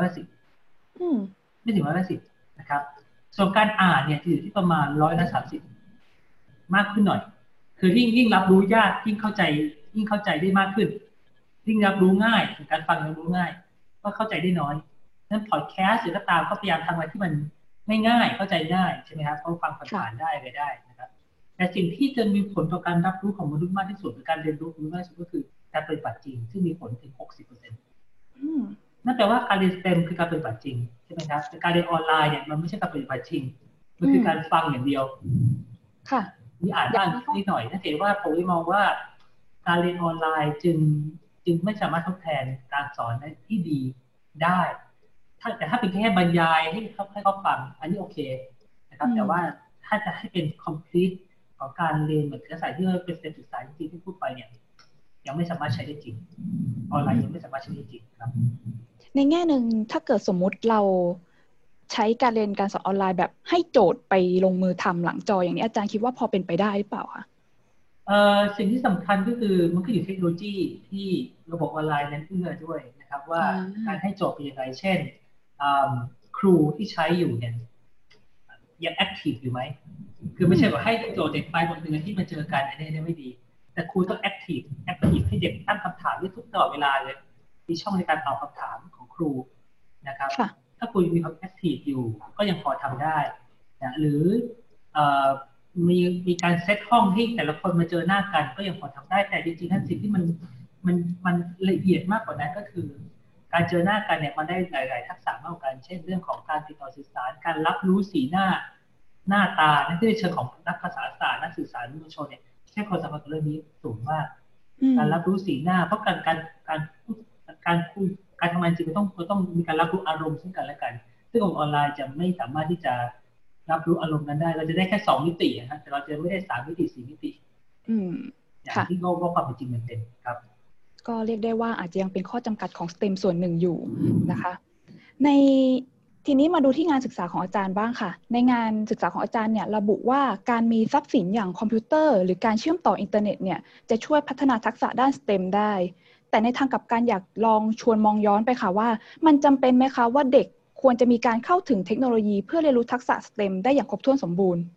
150ไม่ถึง150นะครับส่วนการอ่านเนี่ยจะอยู่ที่ประมาณ130มากขึ้นหน่อยคือยิ่งรับรู้ยากยิ่งเข้าใจได้มากขึ้นยิ่งรับรู้ง่ายการฟังรับรู้ง่ายก็เข้าใจได้น้อยนั้นพอดแคสต์หรือก็ตามก็พยายามทำอะไรที่มันง่ายเข้าใจได้ใช่ไหมครับเขาฟังผ่านได้เลยได้นะครับแต่สิ่งที่จะมีผลต่อการรับรู้ของมนุษย์มากที่สุดหรือการเรียนรู้มากที่สุดก็คือการปฏิบัติจริงซึ่งมีผลถึง 60% นั่นแปลว่าการเรียน STEM คือการปฏิบัติจริงใช่ไหมครับแต่การเรียนออนไลน์เนี่ยมันไม่ใช่การปฏิบัติจริงมันคือการฟังอย่างเดียวค่ะมีอ่านบ้างนิดหน่อยนั่นเองว่าผมมองว่าการเรียนออนไลน์จึงไม่สามารถทดแทนการสอนที่ดีได้แต่ถ้าเป็นแค่บรรยายให้เขาฟังอันนี้โอเคนะครับแต่ว่าถ้าจะให้เป็น complete ของการเรียนเหมือนกับสายที่เป็นการศึกษาจริงๆที่พูดไปเนี่ยยังไม่สามารถใช้ได้จริงออนไลน์ยังไม่สามารถใช้ได้จริงครับในแง่หนึ่งถ้าเกิดสมมุติเราใช้การเรียนการสอนออนไลน์แบบให้โจทย์ไปลงมือทำหลังจออย่างนี้อาจารย์คิดว่าพอเป็นไปได้หรือเปล่าคะสิ่งที่สำคัญก็คือมันก็อยู่เทคโนโลยีที่ระบบออนไลน์นั้นเอื้อด้วยนะครับว่าการให้โจทย์เป็นยังไงเช่นครูที่ใช้อยู่เนี่ยยังแอคทีฟอยู่ไหมคือไม่ใช่ว่าให้โจทย์เด็กไปบนหนึ่งที่มาเจอกันอันนี้ไม่ดีแต่ครูต้องแอคทีฟให้เด็กตั้งคำถามได้ทุกตลอดเวลาเลยมีช่องในการตอบคำถามของครูนะครับถ้าครูมีความแอคทีฟอยู่ก็ยังพอทำได้นะหรือมีการเซตห้องให้แต่ละคนมาเจอหน้ากันก็ยังพอทำได้แต่จริงๆนั้นสิ่งที่มันละเอียดมากกว่านั้นก็คือการเจอหน้ากันเนี่ยมันได้หลายๆทักษะมากกว่ากันเช่นเรื่องของการติดต่อสื่อสารการรับรู้สีหน้าตาในเชิงของนักภาษาศาสตร์นักสื่อสารมวลชนเนี่ยใช้ความสามารถเรื่องนี้สูงมากการรับรู้สีหน้าเพราะการคุยการทำงานจริงมันต้องมีการรับรู้อารมณ์ซึ่งกันและกันซึ่งออนไลน์จะไม่สามารถที่จะรับรู้อารมณ์นั้นได้เราจะได้แค่2มิตินะแต่เราจะไม่ได้3มิติ4มิติอย่างที่ว่าความเป็นจริงมันเป็นครับก็เรียกได้ว่าอาจจะยังเป็นข้อจำกัดของ STEM ส่วนหนึ่งอยู่นะคะในทีนี้มาดูที่งานศึกษาของอาจารย์บ้างค่ะในงานศึกษาของอาจารย์เนี่ยระบุว่าการมีทรัพย์สินอย่างคอมพิวเตอร์หรือการเชื่อมต่ออินเทอร์เน็ตเนี่ยจะช่วยพัฒนาทักษะด้าน STEM ได้แต่ในทางกลับกันอยากลองชวนมองย้อนไปค่ะว่ามันจำเป็นไหมคะว่าเด็กควรจะมีการเข้าถึงเทคโนโลยีเพื่อเรียนรู้ทักษะ STEM ได้อย่างครบถ้วนสมบูรณ์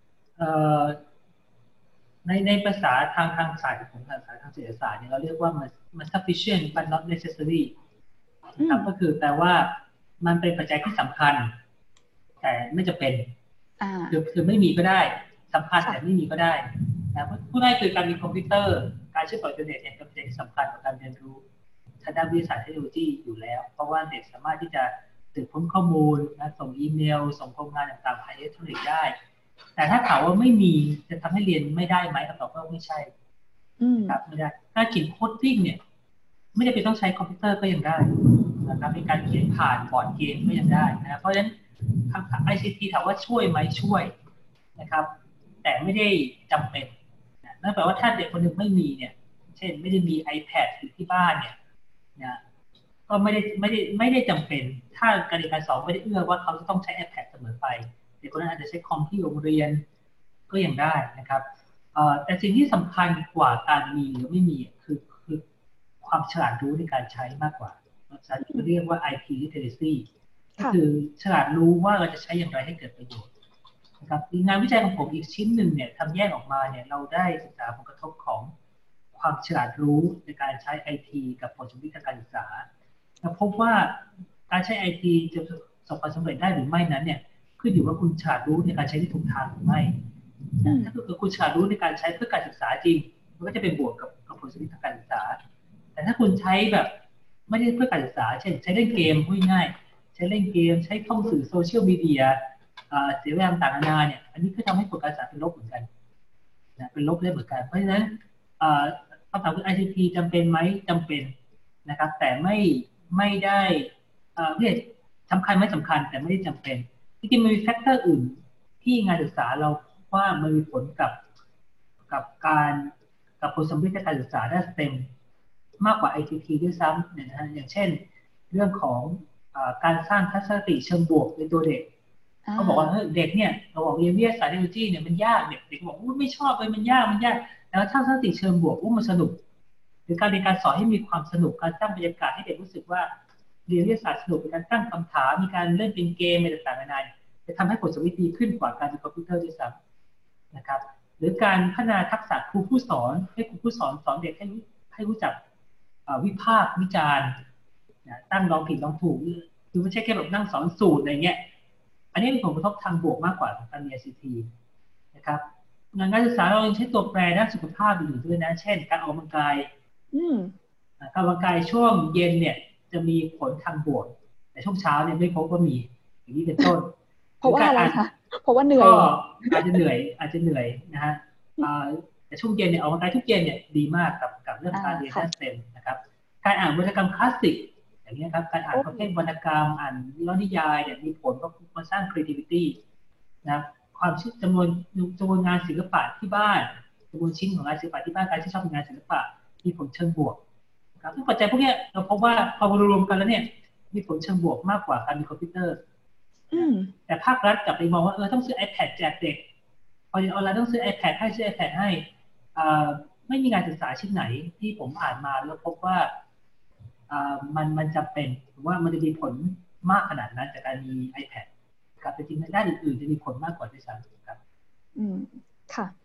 ในภาษาทางศาสตร์ของภาษาทางเศรษฐศาสตร์เนี่ยเราเรียกว่ามัน sufficient but not necessary นะครับก็คือแปลว่ามันเป็นปัจจัยที่สำคัญแต่ไม่จะเป็นคือไม่มีก็ได้สำคัญแต่ไม่มีก็ได้นะผู้ได้คือการมีคอมพิวเตอร์การเชื่อมต่ออินเทอร์เน็ตเนี่ยเป็นปัจจัยที่สำคัญต่อการเรียนรู้ทางด้านวิทยาศาสตร์เทคโนโลยีอยู่แล้วเพราะว่าเด็กสามารถที่จะสืบค้นข้อมูลนะส่งอีเมลส่งโครงงานต่างๆผ่านอิเล็กทรอนิกส์ได้แต่ถ้าถามว่าไม่มีจะทำให้เรียนไม่ได้ไหมคำตอบว่าไม่ใช่ครับไม่ได้ถ้าเขียนโคดดิ้งเนี่ยไม่จำเป็นต้องใช้คอมพิวเตอร์ก็ยังได้นะครับในการเขียนผ่านบอร์ดเกมก็ยังได้นะเพราะฉะนั้นทาง ICT ถามว่าช่วยไหมช่วยนะครับแต่ไม่ได้จำเป็นนั่นแปลว่าถ้าเด็กคนหนึ่งไม่มีเนี่ยเช่นไม่ได้มี iPad อยู่ที่บ้านเนี่ยนะก็ไม่ได้จำเป็นถ้าการเรียนการสอนไม่ได้เอื้อว่าเขาจะต้องใช้ iPad เสมอไปเด็กคนนั้นอาจจะใช้คอมที่โรงเรียนก็ยังได้นะครับแต่สิ่งที่สำคัญกว่าการมีหรือไม่มีคือความฉลาดรู้ในการใช้มากกว่าเราจะเรียกว่า IT literacy ก็คือฉลาดรู้ว่าเราจะใช้อย่างไรให้เกิดประโยชน์นะครับงานวิจัยของผมอีกชิ้นหนึ่งเนี่ยทำแยกออกมาเนี่ยเราได้ศึกษาผลกระทบของความฉลาดรู้ในการใช้ IT กับผลสำเร็จทางการศึกษาเราพบว่าการใช้ IT จะประสบความสำเร็จได้หรือไม่นั้นเนี่ยขึ้นอยู่ว่าคุณฉลาดรู้ในการใช้ที่ถูกทางหรือไม่ถ้าเกิดคุณฉลาดรู้ในการใช้เพื่อการศึกษาจริงมันก็จะเป็นบวกกับผลสำเร็จทางการศึกษาแต่ถ้าคุณใช้แบบไม่ได้เพื่อการศึกษาเช่นใช้เล่นเกมพูดง่ายใช้เล่นเกมใช้ท่องสื่อโซเชียลมีเดียเสียเวลาต่างๆนานาเนี่ยอันนี้ก็ทำให้ผลการศึกษาเป็นลบเหมือนกันนะเป็นลบได้เหมือนกันเพราะฉะนั้นคำถามคือ ICT จำเป็นไหมจำเป็นนะครับแต่ไม่ได้เนี่ยสำคัญไม่สำคัญแต่ไม่ได้จำเป็นจริงๆมันมีแฟกเตอร์อื่นที่งานศึกษาเราว่ามันมีผลกับผลสำเร็จการศึกษาด้าน STEM มากกว่า ICT ด้วยซ้ำนะฮะอย่างเช่นเรื่องของการสร้างทัศนคติเชิงบวกในตัวเด็กเขาบอกว่าเด็กเนี่ยเราบอกเรียนวิทยาศาสตร์เทคโนโลยีเนี่ยมันยากเด็กบอกว่าไม่ชอบเลยมันยากแล้วทัศนคติเชิงบวกมันสนุกหรือการเรียนการสอนให้มีความสนุกการสร้างบรรยากาศให้เด็กรู้สึกว่าเรียนวิทยาศาสตร์สนุกมีการตั้งคำถามมีการเล่นเป็นเกมอะไรต่างๆนานาจะทำให้ผลสำเร็จดีขึ้นกว่าการใช้คอมพิวเตอร์ด้วยซ้ำนะครับหรือการพัฒนาทักษะครูผู้สอนให้ครูผู้สอนเด็กให้รู้จักวิพากษ์วิจารณ์ตั้งลองผิดลองถูกคือไม่ใช่แค่แบบนั่งสอนสูตรอะไรเงี้ยอันนี้เป็นผลกระทบทางบวกมากกว่าการเรียน ICT นะครับงานการศึกษาเรายังใช้ตัวแปรด้านสุขภาพอยู่ด้วยนะเช่นการออกกำลังกายการออกกำลังกายช่วงเย็นเนี่ยจะมีผลทางบวกแต่ช่วงเช้าเนี่ยไม่พบว่ามีอย่างนี้เป็นต้นเพราะว่าอะไรคะเพราะว่าเหนื่อยก็อาจจะเหนื่อยนะฮะแต่ช่วงเย็นเนี่ยออกกำลังกายทุกเย็นเนี่ยดีมากกับเรื่องการเรียนด้าน STEM นะครับการอ่านวรรณกรรมคลาสสิกอย่างนี้ครับการอ่านประเภทวรรณกรรมอ่านนิยายเนี่ยมีผลมาสร้าง creativity นะความจำนวนงานศิลปะที่บ้านจำนวนชิ้นของงานศิลปะที่บ้านการที่ชอบงานศิลปะมีผลเชิงบวกครับทุกปัจจัยพวกนี้เราพบว่าพอรวมกันแล้วเนี่ยมีผลเชิงบวกมากกว่าการมีคอมพิวเตอร์แต่ภาครัฐกลับไปมองว่าต้องซื้อ iPad แจกเด็กพอเรียนออนไลน์ต้องซื้อ iPad ให้ไม่มีงานศึกษาชิ้นไหนที่ผมอ่านมาแล้วพบว่ามันจำเป็นหรือว่ามันจะมีผลมากขนาดนั้นจากการมี iPad ครับแต่จริงๆด้านอื่นๆจะมีผลมากกว่าด้วยซ้ำครับค่ะท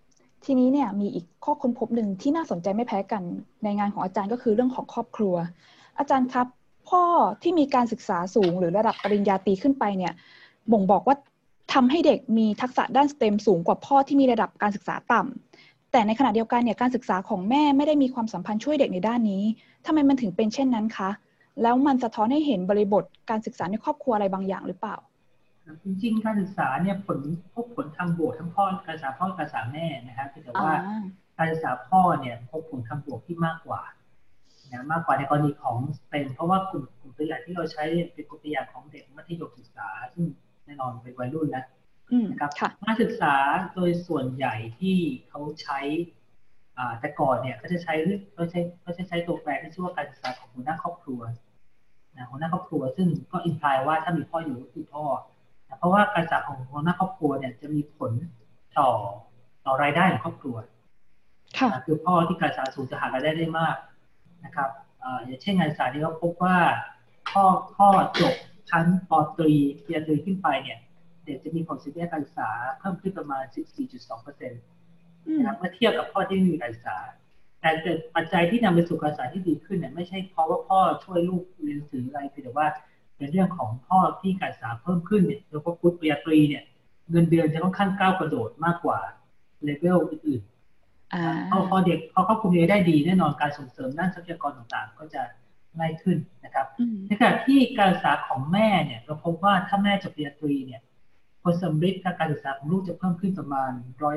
ทีนี้เนี่ยมีอีกข้อค้นพบหนึ่งที่น่าสนใจไม่แพ้กันในงานของอาจารย์ก็คือเรื่องของครอบครัวอาจารย์ครับพ่อที่มีการศึกษาสูงหรือระดับปริญญาตรีขึ้นไปเนี่ยบ่งบอกว่าทำให้เด็กมีทักษะด้าน STEM สูงกว่าพ่อที่มีระดับการศึกษาต่ำแต่ในขณะเดียวกันเนี่ยการศึกษาของแม่ไม่ได้มีความสัมพันธ์ช่วยเด็กในด้านนี้ทำไมมันถึงเป็นเช่นนั้นคะแล้วมันสะท้อนให้เห็นบริบทการศึกษาในครอบครัวอะไรบางอย่างหรือเปล่าจริงๆการศึกษาเนี่ยพบผลทางบวกทั้งพ่อการศึกษาพ่อการศึกษาแม่นะครับแต่ว่าการศึกษาพ่อเนี่ยพบผลทางบวกที่มากกว่านะมากกว่าในกรณีของเป็นเพราะว่ากลุ่มตัวอย่างที่เราใช้เป็นกลุ่มตัวอย่างของเด็กมัธยมศึกษาซึ่งแน่นอนเป็นวัยรุ่นนะครับการศึกษาโดยส่วนใหญ่ที่เขาใช้แต่ก่อนเนี่ยเขาจะใช้ตัวแปรที่ชื่อว่าการศึกษาของหัวหน้าครอบครัวนะหัวหน้าครอบครัวซึ่งก็อิมพลายว่าถ้ามีพ่ออยู่ก็คือพ่อเพราะว่าการศึกษาของหัวหน้าครอบครัวเนี่ยจะมีผลต่อรายได้ของครอบครัวคือพ่อที่การศึกษาสูงจะหารายได้ได้มากนะครับอย่างเช่นงานศึกษาที่เขาพบว่าพ่อจบชั้นป.ตรีปริญญาตรีขึ้นไปเนี่ยเด็กจะมีผลสิทธิการศึกษาเพิ่มขึ้นประมาณ 14.2% นะครับเมื่อเทียบกับพ่อที่ไม่มีการศึกษาแต่ปัจจัยที่นำไปสู่การศึกษาที่ดีขึ้นเนี่ยไม่ใช่เพราะว่าพ่อช่วยลูกเรียนหนังสืออะไรเพียงแต่ว่าเป็นเรื่องของพ่อที่การศึกษาเพิ่มขึ้นเนี่ยโดยเฉพาะปริญญาตรีเนี่ยเงินเดือนจะค่อนข้างก้าวกระโดดมากกว่าเลเวลอื่นๆพอเด็กเขาควบคุมเองได้ดีแน่นอนการส่งเสริมด้านทรัพยากรต่างๆก็จะง่ายขึ้นนะครับในขณะที่การศึกษาของแม่เนี่ยเราพบว่าถ้าแม่จบปริญญาตรีเนี่ยผลสำเร็จการศึกษาของลูกจะเพิ่มขึ้นประมาณ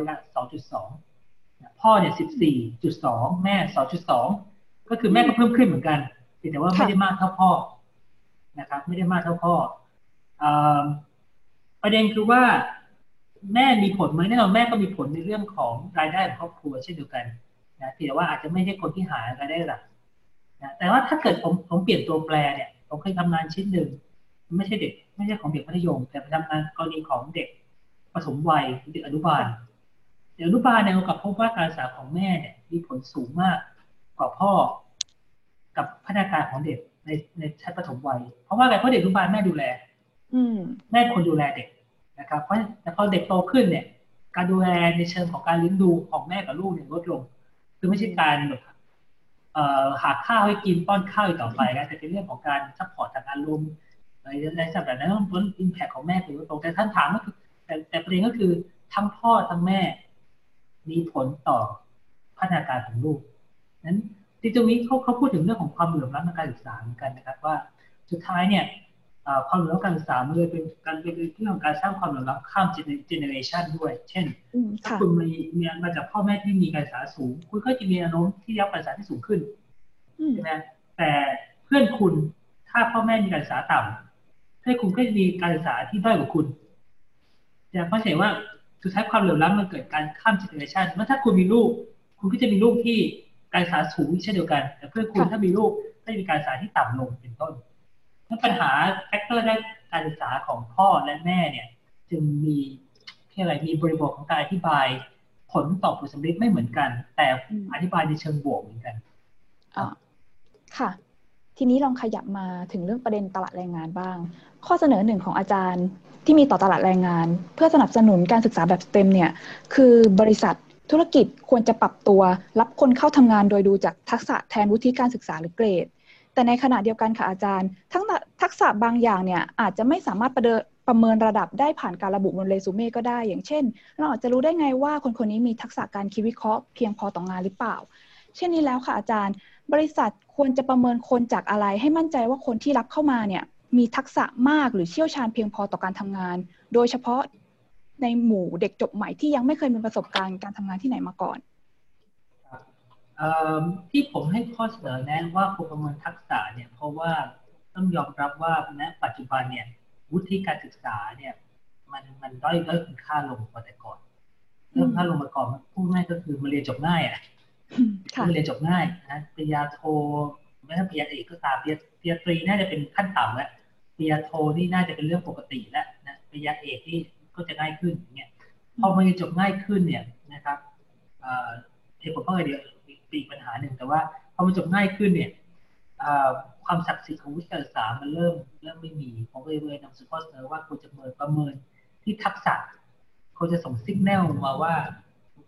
2.2%พ่อเนี่ย 14.2 แม่ 2.2 ก็คือแม่ก็เพิ่มขึ้นเหมือนกันแต่ว่าไม่ได้มากเท่าพ่อนะครับไม่ได้มากเท่าพ่อประเด็นคือว่าแม่มีผลไหมแน่นอนแม่ก็มีผลในเรื่องของรายได้ของครอบครัวเช่นเดียวกันนะแต่ว่าอาจจะไม่ใช่คนที่หารายได้หลักนะแต่ว่าถ้าเกิดผมเปลี่ยนตัวแปรเนี่ยผมเคยทำงานชิ้นหนึ่งไม่ใช่ของเด็กมัธยมแต่ไปทำงานกรณีของเด็กปฐมวัยเด็กอนุบาลอนุบาลเนี่ยเรากลับพบว่าการศึกษาของแม่เนี่ยมีผลสูงมากกว่าพ่อกับพัฒนาการของเด็กในชั้นปฐมวัยเพราะว่าอะไรเพราะเด็กอนุบาลแม่ดูแลแม่คนดูแลเด็กนะครับเพราะพอเด็กโตขึ้นเนี่ยการดูแลในเชิงของการเลี้ยงดูของแม่กับลูกเนี่ยลดลงคือไม่ใช่การแบบหาข้าวให้กินป้อนข้าวอีกต่อไปนะแต่เป็นเรื่องของการซัพพอร์ตทางอารมณ์ในสำหรับนั้นต้นอิมแพคของแม่ถือว่าตรงแต่ท่านถามก็คือแต่ประเด็นก็คือทั้งพ่อทั้งแม่มีผลต่อพัฒนาการของลูกนั้นที่ตรงนี้เขาพูดถึงเรื่องของความเหลื่อมล้ำทางการศึกษาเหมือนกันนะครับว่าสุดท้ายเนี่ยความเหลื่อมล้ำการศึกษามันเลยเป็นเรื่องของการสร้างความเหลื่อมล้ำข้ามเจเนอเรชันด้วยเช่นถ้าคุณมีมาจากพ่อแม่ที่มีการศึกษาสูงคุณก็จะมีแนวโน้มที่รับการศึกษาที่สูงขึ้นใช่ไหมแต่เพื่อนคุณถ้าพ่อแม่มีการศึกษาต่ำให้คุณก็จะมีการศึกษาที่ด้อยกว่าคุณจะเพราะเห็นว่าสุดท้ายความเหลื่อมล้ำมันเกิดการข้ามเจเนอเรชันเมื่อถ้าคุณมีลูกคุณก็จะมีลูกที่การศึกษาสูงเช่นเดียวกันแต่เพื่อนคุณถ้ามีลูกก็จะมีการศึกษาที่ต่ำลงเป็นต้นปัญหาแฟกเตอร์ด้านการศึกษาของพ่อและแม่เนี่ยจึงมีมีบริบทของการอธิบายผลต่อผลสำเร็จไม่เหมือนกันแต่อธิบายในเชิงบวกเหมือนกันค่ะทีนี้ลองขยับมาถึงเรื่องประเด็นตลาดแรงงานบ้างข้อเสนอหนึ่งของอาจารย์ที่มีต่อตลาดแรงงานเพื่อสนับสนุนการศึกษาแบบ STEM เนี่ยคือบริษัทธุรกิจควรจะปรับตัวรับคนเข้าทำงานโดยดูจากทักษะแทนวุฒิการศึกษาหรือเกรดแต่ในขณะเดียวกันค่ะอาจารย์ทั้งทักษะบางอย่างเนี่ยอาจจะไม่สามารถประเมินระดับได้ผ่านการระบุบนเรซูเม่ก็ได้อย่างเช่นเราอาจจะรู้ได้ไงว่าคนนี้มีทักษะการคิดวิเคราะห์เพียงพอต่องานหรือเปล่าเช่นนี้แล้วค่ะอาจารย์บริษัทควรจะประเมินคนจากอะไรให้มั่นใจว่าคนที่รับเข้ามาเนี่ยมีทักษะมากหรือเชี่ยวชาญเพียงพอต่อการทำงานโดยเฉพาะในหมู่เด็กจบใหม่ที่ยังไม่เคยมีประสบการณ์การทำงานที่ไหนมาก่อนที่ผมให้ข้อเสนอแนะว่าควรประเมินทักษะเนี่ยเพราะว่าต้องยอมรับว่าณปัจจุบันเนี่ยวุฒิการศึกษาเนี่ยมันด้อยคุณค่าลงกว่าแต่ก่อนเริ่มค่าลงมาก่อนพูดง่ายก็คือมาเรียนจบง่ายมาเรียนจบง่ายนะปริญญาโทไม่ใช่ปริญญาเอกก็ตามปริญญาตรีน่าจะเป็นขั้นต่ำแล้วปริญญาโทนี่น่าจะเป็นเรื่องปกติแล้วนะปริญญาเอกที่ก็จะง่ายขึ้นอย่างเงี้ยพอมาเรียนจบง่ายขึ้นเนี่ยนะครับเหตุผลเพราะอะไรเดียวอีกปัญหาหนึ่งแต่ว่าพอมันจบง่ายขึ้นเนี่ยความศักดิ์สิทธิ์ของวิชาการศึกษามันเริ่มไม่มีผมก็เลยนำข้อเสนอว่าควรจะประเมินที่ทักษะเขาจะส่งสัญญาณมาว่าต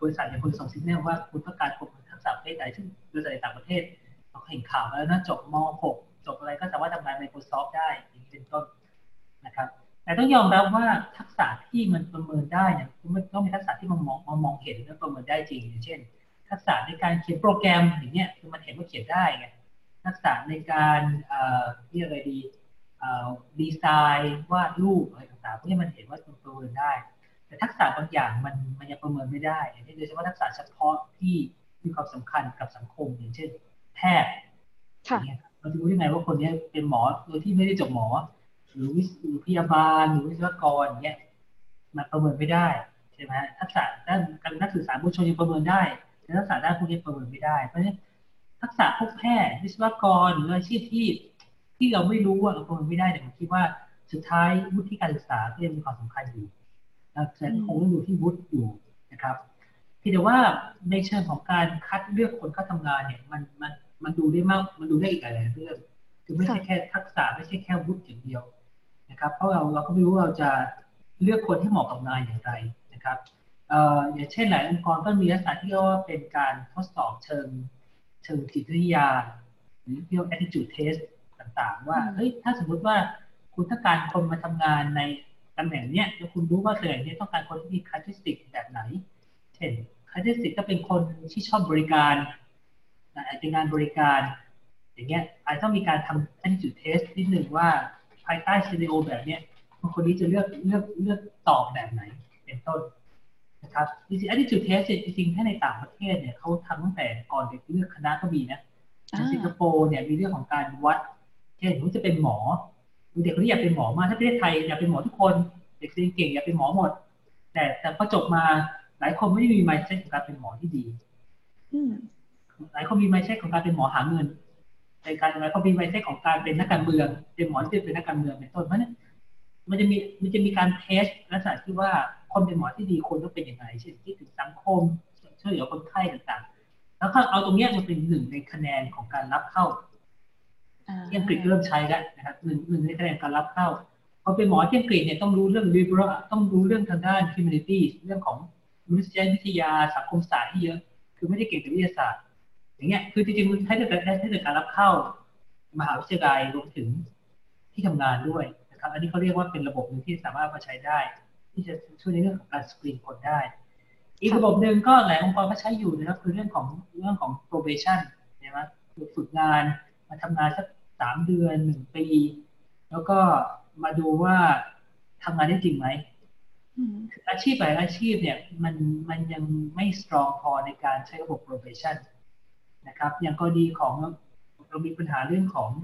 บริษัทเนี่ยคุณส่งสัญญาณว่าคุณต้องการคนทักษะประเภทไหนซึ่งบริษัทในต่างประเทศเราเห็นข่าวแล้วนะจบม.6 จบอะไรก็สามารถทำงานใน Microsoft ได้อย่างนี้เป็นต้นนะครับแต่ต้องยอมรับว่าทักษะที่มันประเมินได้เนี่ยมันต้องมีทักษะที่มันมองเห็นและประเมินได้จริงอย่างเช่นทักษะในการเขียนโปรแกรมอย่างเงี้ยคือมันเห็นว่าเขียนได้ไงทักษะในการเรียกอะไรดีดีไซน์วาดรูปอะไรต่างๆพวกนี้มันเห็นว่ามันประเมินได้แต่ทักษะบางอย่างมันยังประเมินไม่ได้อย่างเช่นโดยเฉพาะทักษะเฉพาะที่มีความสำคัญกับสังคมอย่างเช่นแพทย์อย่างเงี้ยเราจะรู้ยังไงว่าคนนี้เป็นหมอโดยที่ไม่ได้จบหมอหรือพยาบาลหรือวิศวกรอย่างเงี้ยมันประเมินไม่ได้ใช่ไหมทักษะด้านการนักสื่อสารมวลชนยังประเมินได้แต่ทักษะด้านพวกนี้ประเมินไม่ได้เพราะฉะนั้นทักษะพวกแพทย์วิศวกรหรืออาชีพที่เราไม่รู้ว่าเราประเมินไม่ได้แต่ผมคิดว่าสุดท้ายวุฒิการศึกษาก็ยังมีความสำคัญอยู่แต่คงต้องอยู่ที่วุฒิอยู่นะครับที่แต่ว่าในเชิงของการคัดเลือกคนเข้าทำงานเนี่ยมันดูได้มากมันดูได้อีกหลายเรื่องคือไม่ใช่แค่ทักษะไม่ใช่แค่วุฒิอย่างเดียวนะครับเพราะเราก็ไม่รู้เราจะเลือกคนที่เหมาะกับงานอย่างไรนะครับอย่างเช่นหลายองค์กรก็มีลักษณะที่เรียกว่าเป็นการทดสอบเชิงจิตวิทยาหรือเรียกว่า attitude test ต่างๆว่าเฮ้ยถ้าสมมติว่าคุณต้องการคนมาทำงานในตำแหน่งเนี้ยแล้วคุณรู้ว่าตำแหน่งนี้ต้องการคนที่มี characteristic แบบไหนเช่น characteristic ก็เป็นคนที่ชอบบริการอาจจะงานบริการอย่างเงี้ยอาจจะต้องมีการทำ attitude test นิดหนึ่งว่าภายใต้ซีนาริโอแบบเนี้ยคนนี้จะเลือกตอบแบบไหนเป็นต้นนะครับจริงๆ attitude test จริงๆถ้าในต่างประเทศเนี่ยเขาทำตั้งแต่ก่อนเด็กเลือกคณะก็มีนะในสิงคโปร์เนี่ยมีเรื่องของการวัดเช่นคุณจะเป็นหมอเด็กคนนี้อยากเป็นหมอมากถ้าประเทศไทยอยากเป็นหมอทุกคนเด็กเรียนเก่งอยากเป็นหมอหมดแต่พอจบมาหลายคนไม่ได้มี mindset ของการเป็นหมอที่ดีหลายคนมี mindset ของการเป็นหมอหาเงินในการหลายคนมี mindset ของการเป็นนักการเมืองเป็นหมอที่เป็นนักการเมืองเป็นต้นเพราะฉะนั้นมันจะมีการเทสลักษณะที่ว่าคนเป็นหมอที่ดีคนต้องเป็นยังไงเช่นคิดถึงสังคมช่วยเหลือคนไข้ต่างๆแล้วก็เอาตรงนี้มาเป็นหนึ่งในคะแนนของการรับเข้าที่อังกฤษเริ่มใช้แล้วนะครับหนึ่งในคะแนนการรับเข้าพอเป็นหมอที่อังกฤษเนี่ยต้องรู้เรื่อง liberal ต้องรู้เรื่องทางด้าน humanities เรื่องของมนุษยวิทยาสังคมศาสตร์ที่เยอะคือไม่ได้เก่งแต่วิทยาศาสตร์อย่างเงี้ยคือจริงๆมันให้เกิดการรับเข้ามหาวิทยาลัยรวมถึงที่ทำงานด้วยนะครับอันนี้เขาเรียกว่าเป็นระบบหนึ่งที่สามารถมาใช้ได้ที่จะช่วยในเรื่องของการสกรีนคนได้อีกระบบหนึ่งก็หลายองค์กรก็ใช้อยู่นะครับคือเรื่องของ probation ใช่ไหมฝึกงานมาทำงานสัก3 เดือน1 ปีแล้วก็มาดูว่าทำงานได้จริงไหมอาชีพหลายอาชีพเนี่ยมันยังไม่ strong พอในการใช้ระบบ probation นะครับอย่างกรณีของเรามีปัญหาเรื่องของ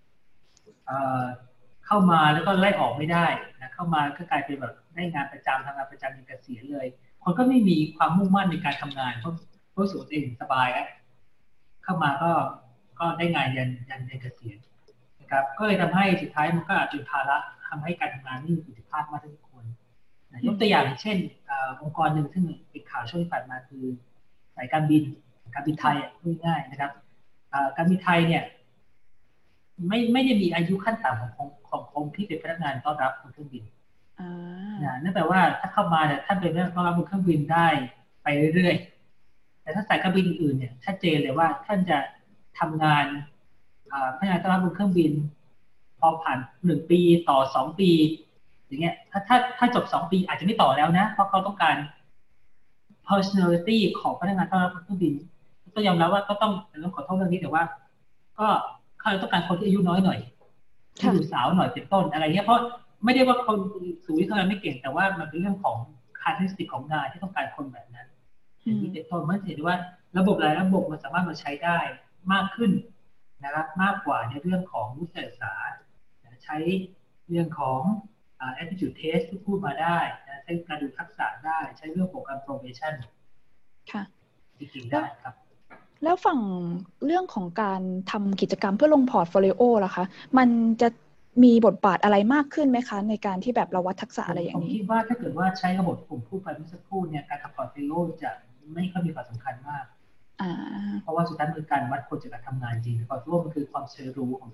เข้ามาแล้วก็ไล่ออกไม่ได้นะเข้ามาก็กลายเป็นแบบได้งานประจำทำงานประจำจนเกษียณเลยคนก็ไม่มีความมุ่งมั่นในการทำงานเพราะรู้สึกตัวเองสบายแล้วเข้ามาก็ได้งานยันเกษียณนะครับก็เลยทำให้สุดท้ายมันก็อาจจะเป็นภาระทำให้การทำงานไม่มีประสิทธิภาพมากที่ควรยกตัวอย่างเช่นองค์กรหนึ่งซึ่งเป็นข่าวช่วงที่ผ่านมาคือสายการบินไทยพูดง่ายนะครับการบินไทยเนี่ยไม่ได้มีอายุขั้นต่ำของที่เป็นพนักงานต้อนรับบนเครื่องบินนั่นแปลว่าถ้าเข้ามาเนี่ยท่านเป็นพนักงานต้อนรับบนเครื่องบินได้ไปเรื่อยๆแต่ถ้าสายการบินอื่นเนี่ยชัดเจนเลยว่าท่านจะทำงานพนักงานต้อนรับบนเครื่องบินพอผ่าน1 ปีต่อ2 ปีอย่างเงี้ยถ้าจบ2 ปีอาจจะไม่ต่อแล้วนะเพราะเขาต้องการ personality ของพนักงานต้อนรับบนเครื่องบินต้องยอมรับว่าก็ต้องขอโทษเรื่องนี้แต่ว่าก็เขาต้องการคนที่อายุน้อยหน่อยที่ดูสาวหน่อยเป็นต้นอะไรเงี้ยเพราะไม่ได้ว่าคนสูงอายุเท่านั้นไม่เก่งแต่ว่ามันเป็นเรื่องของคาแรคเตอร์สติกของงานที่ต้องการคนแบบนั้นอย่างนี้เป็นต้นมันเห็นว่าระบบหลายระบบมันสามารถมาใช้ได้มากขึ้นนะครับมากกว่าในเรื่องของวุฒิศึกษาใช้เรื่องของattitude test ที่พูดมาได้ใช้การดูทักษะได้ใช้เรื่องของการ probation ค่ะจริงๆได้ครับแล้วฝั่งเรื่องของการทำกิจกรรมเพื่อลงพอร์ตโฟลิโอล่ะคะมันจะมีบทบาทอะไรมากขึ้นไหมคะในการที่แบบเราวัดทักษะอะไรอย่างนี้ผมคิดว่าถ้าเกิดว่าใช้ระบบกลุ่มผู้ไปเมื่อสักครู่เนี่ยการทำพอร์ตโฟลิโอจะไม่ค่อยมีความสำคัญมากเพราะว่าสุดท้ายคือการวัดผลจากการทำงานจริงพอร์ตโฟลิโอมันคือความเชิงรู้ของ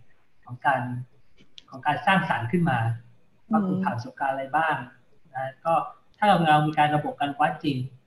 การสร้างสรรค์ขึ้นมาว่าคุณผ่านประสบการณ์อะไรบ้างนะก็ถ้าเรามีการระบบการวัดจริง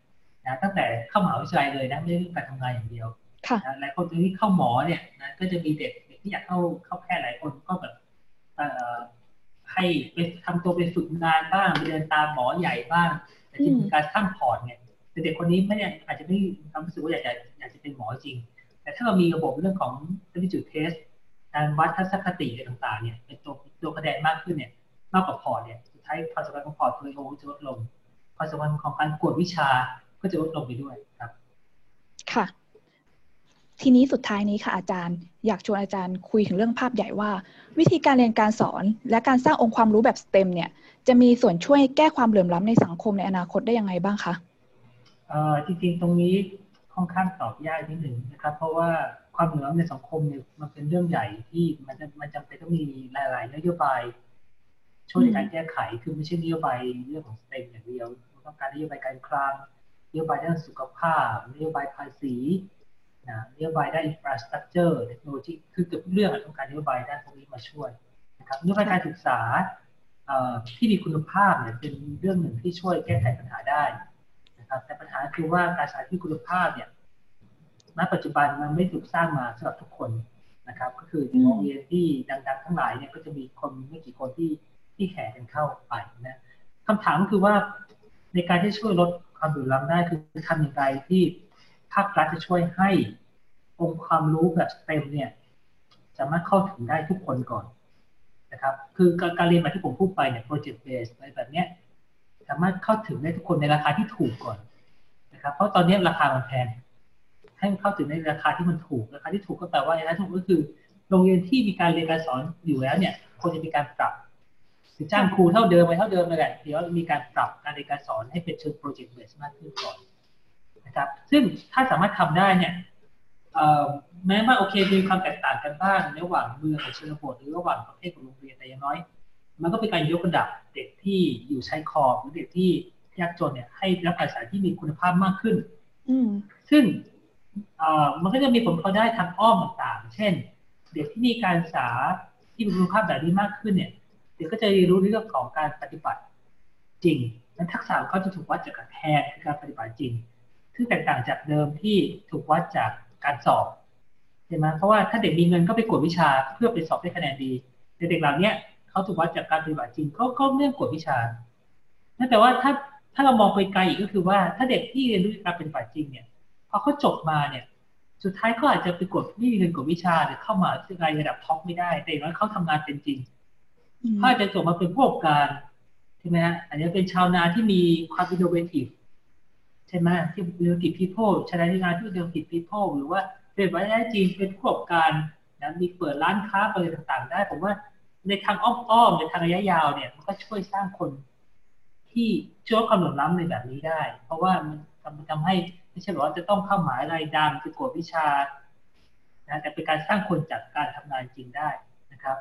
นะตั้งแต่เข้ามหาวิทยาลัยเลยนะไม่ใช่การทำงานอย่างเดียวนะหลายคนที่เข้าหมอเนี่ยนะก็จะมีเด็กที่อยากเข้าแพทย์หลายคนก็แบบให้ไปทำตัวไปฝึกงานบ้างไปเดินตามหมอใหญ่บ้างแต่ที่มีการสร้างพอร์ตเนี่ยแต่เด็กคนนี้ไม่ได้อาจจะไม่ความรู้สึกว่าอยากจะเป็นหมอจริงแต่ถ้าเรามีระบบเรื่องของ aptitude test การวัดทัศนคติอะไรต่างๆเนี่ยเป็นตัวคะแนนมากขึ้นเนี่ยมากกว่าพอร์ตเนี่ยสุดท้ายความสำคัญของพอร์ตโจะลดลงความสำคัญของการกวดวิชาก็จะลดลงไปด้วยครับค่ะทีนี้สุดท้ายนี้ค่ะอาจารย์อยากชวนอาจารย์คุยถึงเรื่องภาพใหญ่ว่าวิธีการเรียนการสอนและการสร้างองค์ความรู้แบบ STEM เนี่ยจะมีส่วนช่วยแก้ความเหลื่อมล้ำในสังคมในอนาคตได้ยังไงบ้างคะจริงๆตรงนี้ค่อนข้างตอบยากนิดหนึ่งนะครับเพราะว่าความเหลื่อมล้ำในสังคมเนี่ยมันเป็นเรื่องใหญ่ที่มันจำเป็นต้องมีหลายๆนโยบายช่วยในการแก้ไขคือไม่ใช่นโยบายเรื่องของ STEM อย่างเดียวต้องการนโยบายการคลังนโยบายด้านสุขภาพนโยบายภาษีนโยบายด้าน infrastructure เทคโนโลยีคือเกือบเรื่องต้องการนโยบายด้านพวกนี้มาช่วยนะครับนโยบายการศึกษาที่มีคุณภาพเนี่ยเป็นเรื่องหนึ่งที่ช่วยแก้ไขปัญหาได้นะครับแต่ปัญหาคือว่าการศึกษาที่คุณภาพเนี่ยณปัจจุบันมันไม่ถูกสร้างมาสำหรับทุกคนนะครับก็คือโรงเรียนที่ดังๆทั้งหลายเนี่ยก็จะมีคนไม่กี่คนที่แห่กันเข้าไปนะคำถามคือว่าในการที่ช่วยลดความเหลื่อมล้ำได้คือทำอย่างไรที่ภาครัฐจะช่วยให้องค์ความรู้แบบ STEM เนี่ยสามารถเข้าถึงได้ทุกคนก่อนนะครับคือการเรียนแบบที่ผมพูดไปเนี่ย project based อะไรแบบเนี้ยสามารถเข้าถึงได้ทุกคนในราคาที่ถูกก่อนนะครับเพราะตอนนี้ราคามันแพงให้เข้าถึงในราคาที่มันถูกราคาที่ถูกก็แปลว่าราคาถูกก็คือโรงเรียนที่มีการเรียนการสอนอยู่แล้วเนี่ยควรจะมีการปรับจ้างครูเท่าเดิมไปเท่าเดิมเลยแหละเดี๋ยวมีการปรับการเรียนการสอนให้เป็นเชิง project based มากขึ้นก่อนนะครับซึ่งถ้าสามารถทำได้เนี่ยแม้ว่าโอเคมีความแตกต่างกันบ้างระหว่างเมืองกับชนบทหรือระหว่างประเภทของโรงเรียนแต่อย่างน้อยมันก็เป็นการยกระดับเด็กที่อยู่ชายขอบหรือเด็กที่ยากจนเนี่ยให้รับการศึกษาที่มีคุณภาพมากขึ้นซึ่งมันก็จะมีผลพลอยได้ทางอ้อมต่างๆเช่นเด็กที่มีการศึกษาที่มีคุณภาพแบบนี้มากขึ้นเนี่ยเด็กก็จะเรียนรู้เรื่องของการปฏิบัติจริงและทักษะเขาจะถูกวัดจากการแทนการปฏิบัติจริงซึ่งแตกต่างจากเดิมที่ถูกวัดจากการสอบใช่ไหมเพราะว่าถ้าเด็กมีเงินก็ไปกวดวิชาเพื่อไปสอบได้คะแนนดีเด็กเหล่านี้เขาถูกวัดจากการปฏิบัติจริงก็เรื่องกวดวิชานั่นแต่ว่าถ้าเรามองไปไกลอีกก็คือว่าถ้าเด็กที่เรียนรู้การปฏิบัติจริงเนี่ยพอเขาจบมาเนี่ยสุดท้ายเขาอาจจะไปกวดไม่มีเงินกวดวิชาหรือเข้ามาวิทยาลัยระดับท็อปไม่ได้แต่อย่างน้อยเขาทำงานเป็นจริงเขาอาจจะจบมาเป็นผู้ประกอบการใช่ไหมฮะอันนี้เป็นชาวนาที่มีความ innovativeใช่ไหมที่ innovative people ชนะงานที่ innovative people หรือว่าเป็นวิทยาจริงเป็นผู้ประกอบการนะมีเปิดร้านค้าอะไรต่างๆได้ผมว่าในทางอ้อมในทางระยะยาวเนี่ยมันก็ช่วยสร้างคนที่ช่วยลดความเหลื่อมล้ำในแบบนี้ได้เพราะว่ามันทำให้ไม่ใช่ว่าจะต้องเข้ามหาวิทยาลัยดังไปกวดวิชานะแต่เป็นการสร้างคนจากการทำงานจริงได้นะครับ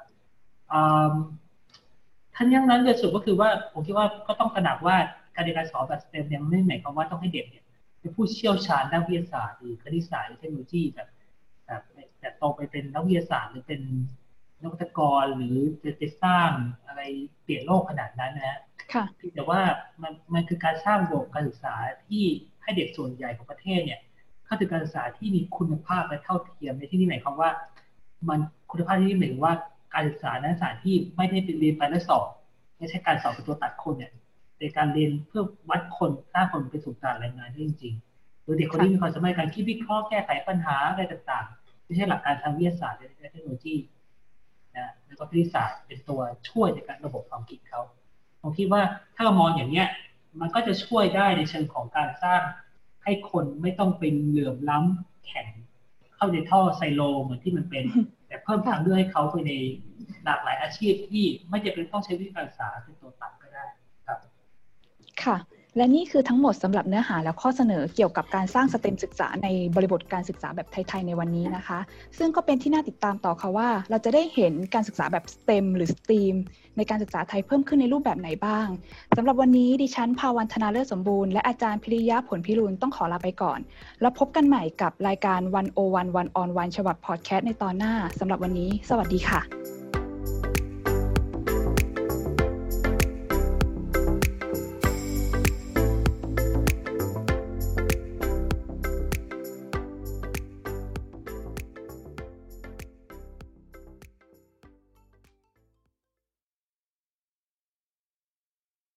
ทั้งนี้นั้นโดยสรุปก็คือว่าผมคิดว่าก็ต้องตระหนักว่าการเรียนการสอนแบบ STEM เนี่ยไม่หมายความว่าต้องให้เด็กเนี่ยเป็นผู้เชี่ยวชาญด้านวิทยาศาสตร์หรือคณิตศาสตร์หรือเทคโนโลยีแบบโตไปเป็นนักวิทยาศาสตร์หรือเป็นนักวิทยากรหรือจะสร้างอะไรเปลี่ยนโลกขนาดนั้นนะฮะแต่ว่ามันคือการสร้างระบบการศึกษาที่ให้เด็กส่วนใหญ่ของประเทศเนี่ยเข้าถึงการศึกษาที่มีคุณภาพและเท่าเทียมในที่นี้หมายความว่ามันคุณภาพที่หมายถึงว่าการศึกษานั้นสถานที่ไม่ได้เป็นเรียนไปแล้วสอบไม่ใช่การสอบเป็นตัวตัดคนเนี่ยในการเรียนเพื่อวัดคนสร้างคนเป็นสู่การรายงานได้จริงๆโดยเด็กคนนี้มีความสามารถการคิดวิเคราะห์แก้ไขปัญหาอะไรต่างๆไม่ใช่หลักการทางวิทยาศาสตร์และเทคโนโลยีนะแล้วก็คณิตศาสตร์เป็นตัวช่วยในการระบบความคิดเขาผมคิดว่าถ้าเรามองอย่างเนี้ยมันก็จะช่วยได้ในเชิงของการสร้างให้คนไม่ต้องเป็นเหลื่อมล้ำแข่งเข้าในท่อไซโลเหมือนที่มันเป็นแต่เพิ่มทางเลือกให้เขาไปในหลากหลายอาชีพที่ไม่จำเป็นต้องใช้วิธีการศึกษาเป็นตัวตัดก็ได้ครับค่ะและนี่คือทั้งหมดสำหรับเนื้อหาและข้อเสนอเกี่ยวกับการสร้าง STEM ศึกษาในบริบทการศึกษาแบบไทยๆในวันนี้นะคะซึ่งก็เป็นที่น่าติดตามต่อค่ะว่าเราจะได้เห็นการศึกษาแบบ STEM หรือ STEAM ในการศึกษาไทยเพิ่มขึ้นในรูปแบบไหนบ้างสำหรับวันนี้ดิฉันภาวันธนาเลิศสมบูรณ์และอาจารย์พิริยะผลพิรุณต้องขอลาไปก่อนแล้วพบกันใหม่กับรายการ101 1 on 1ฉบับพอดแคสต์ในตอนหน้าสำหรับวันนี้สวัสดีค่ะ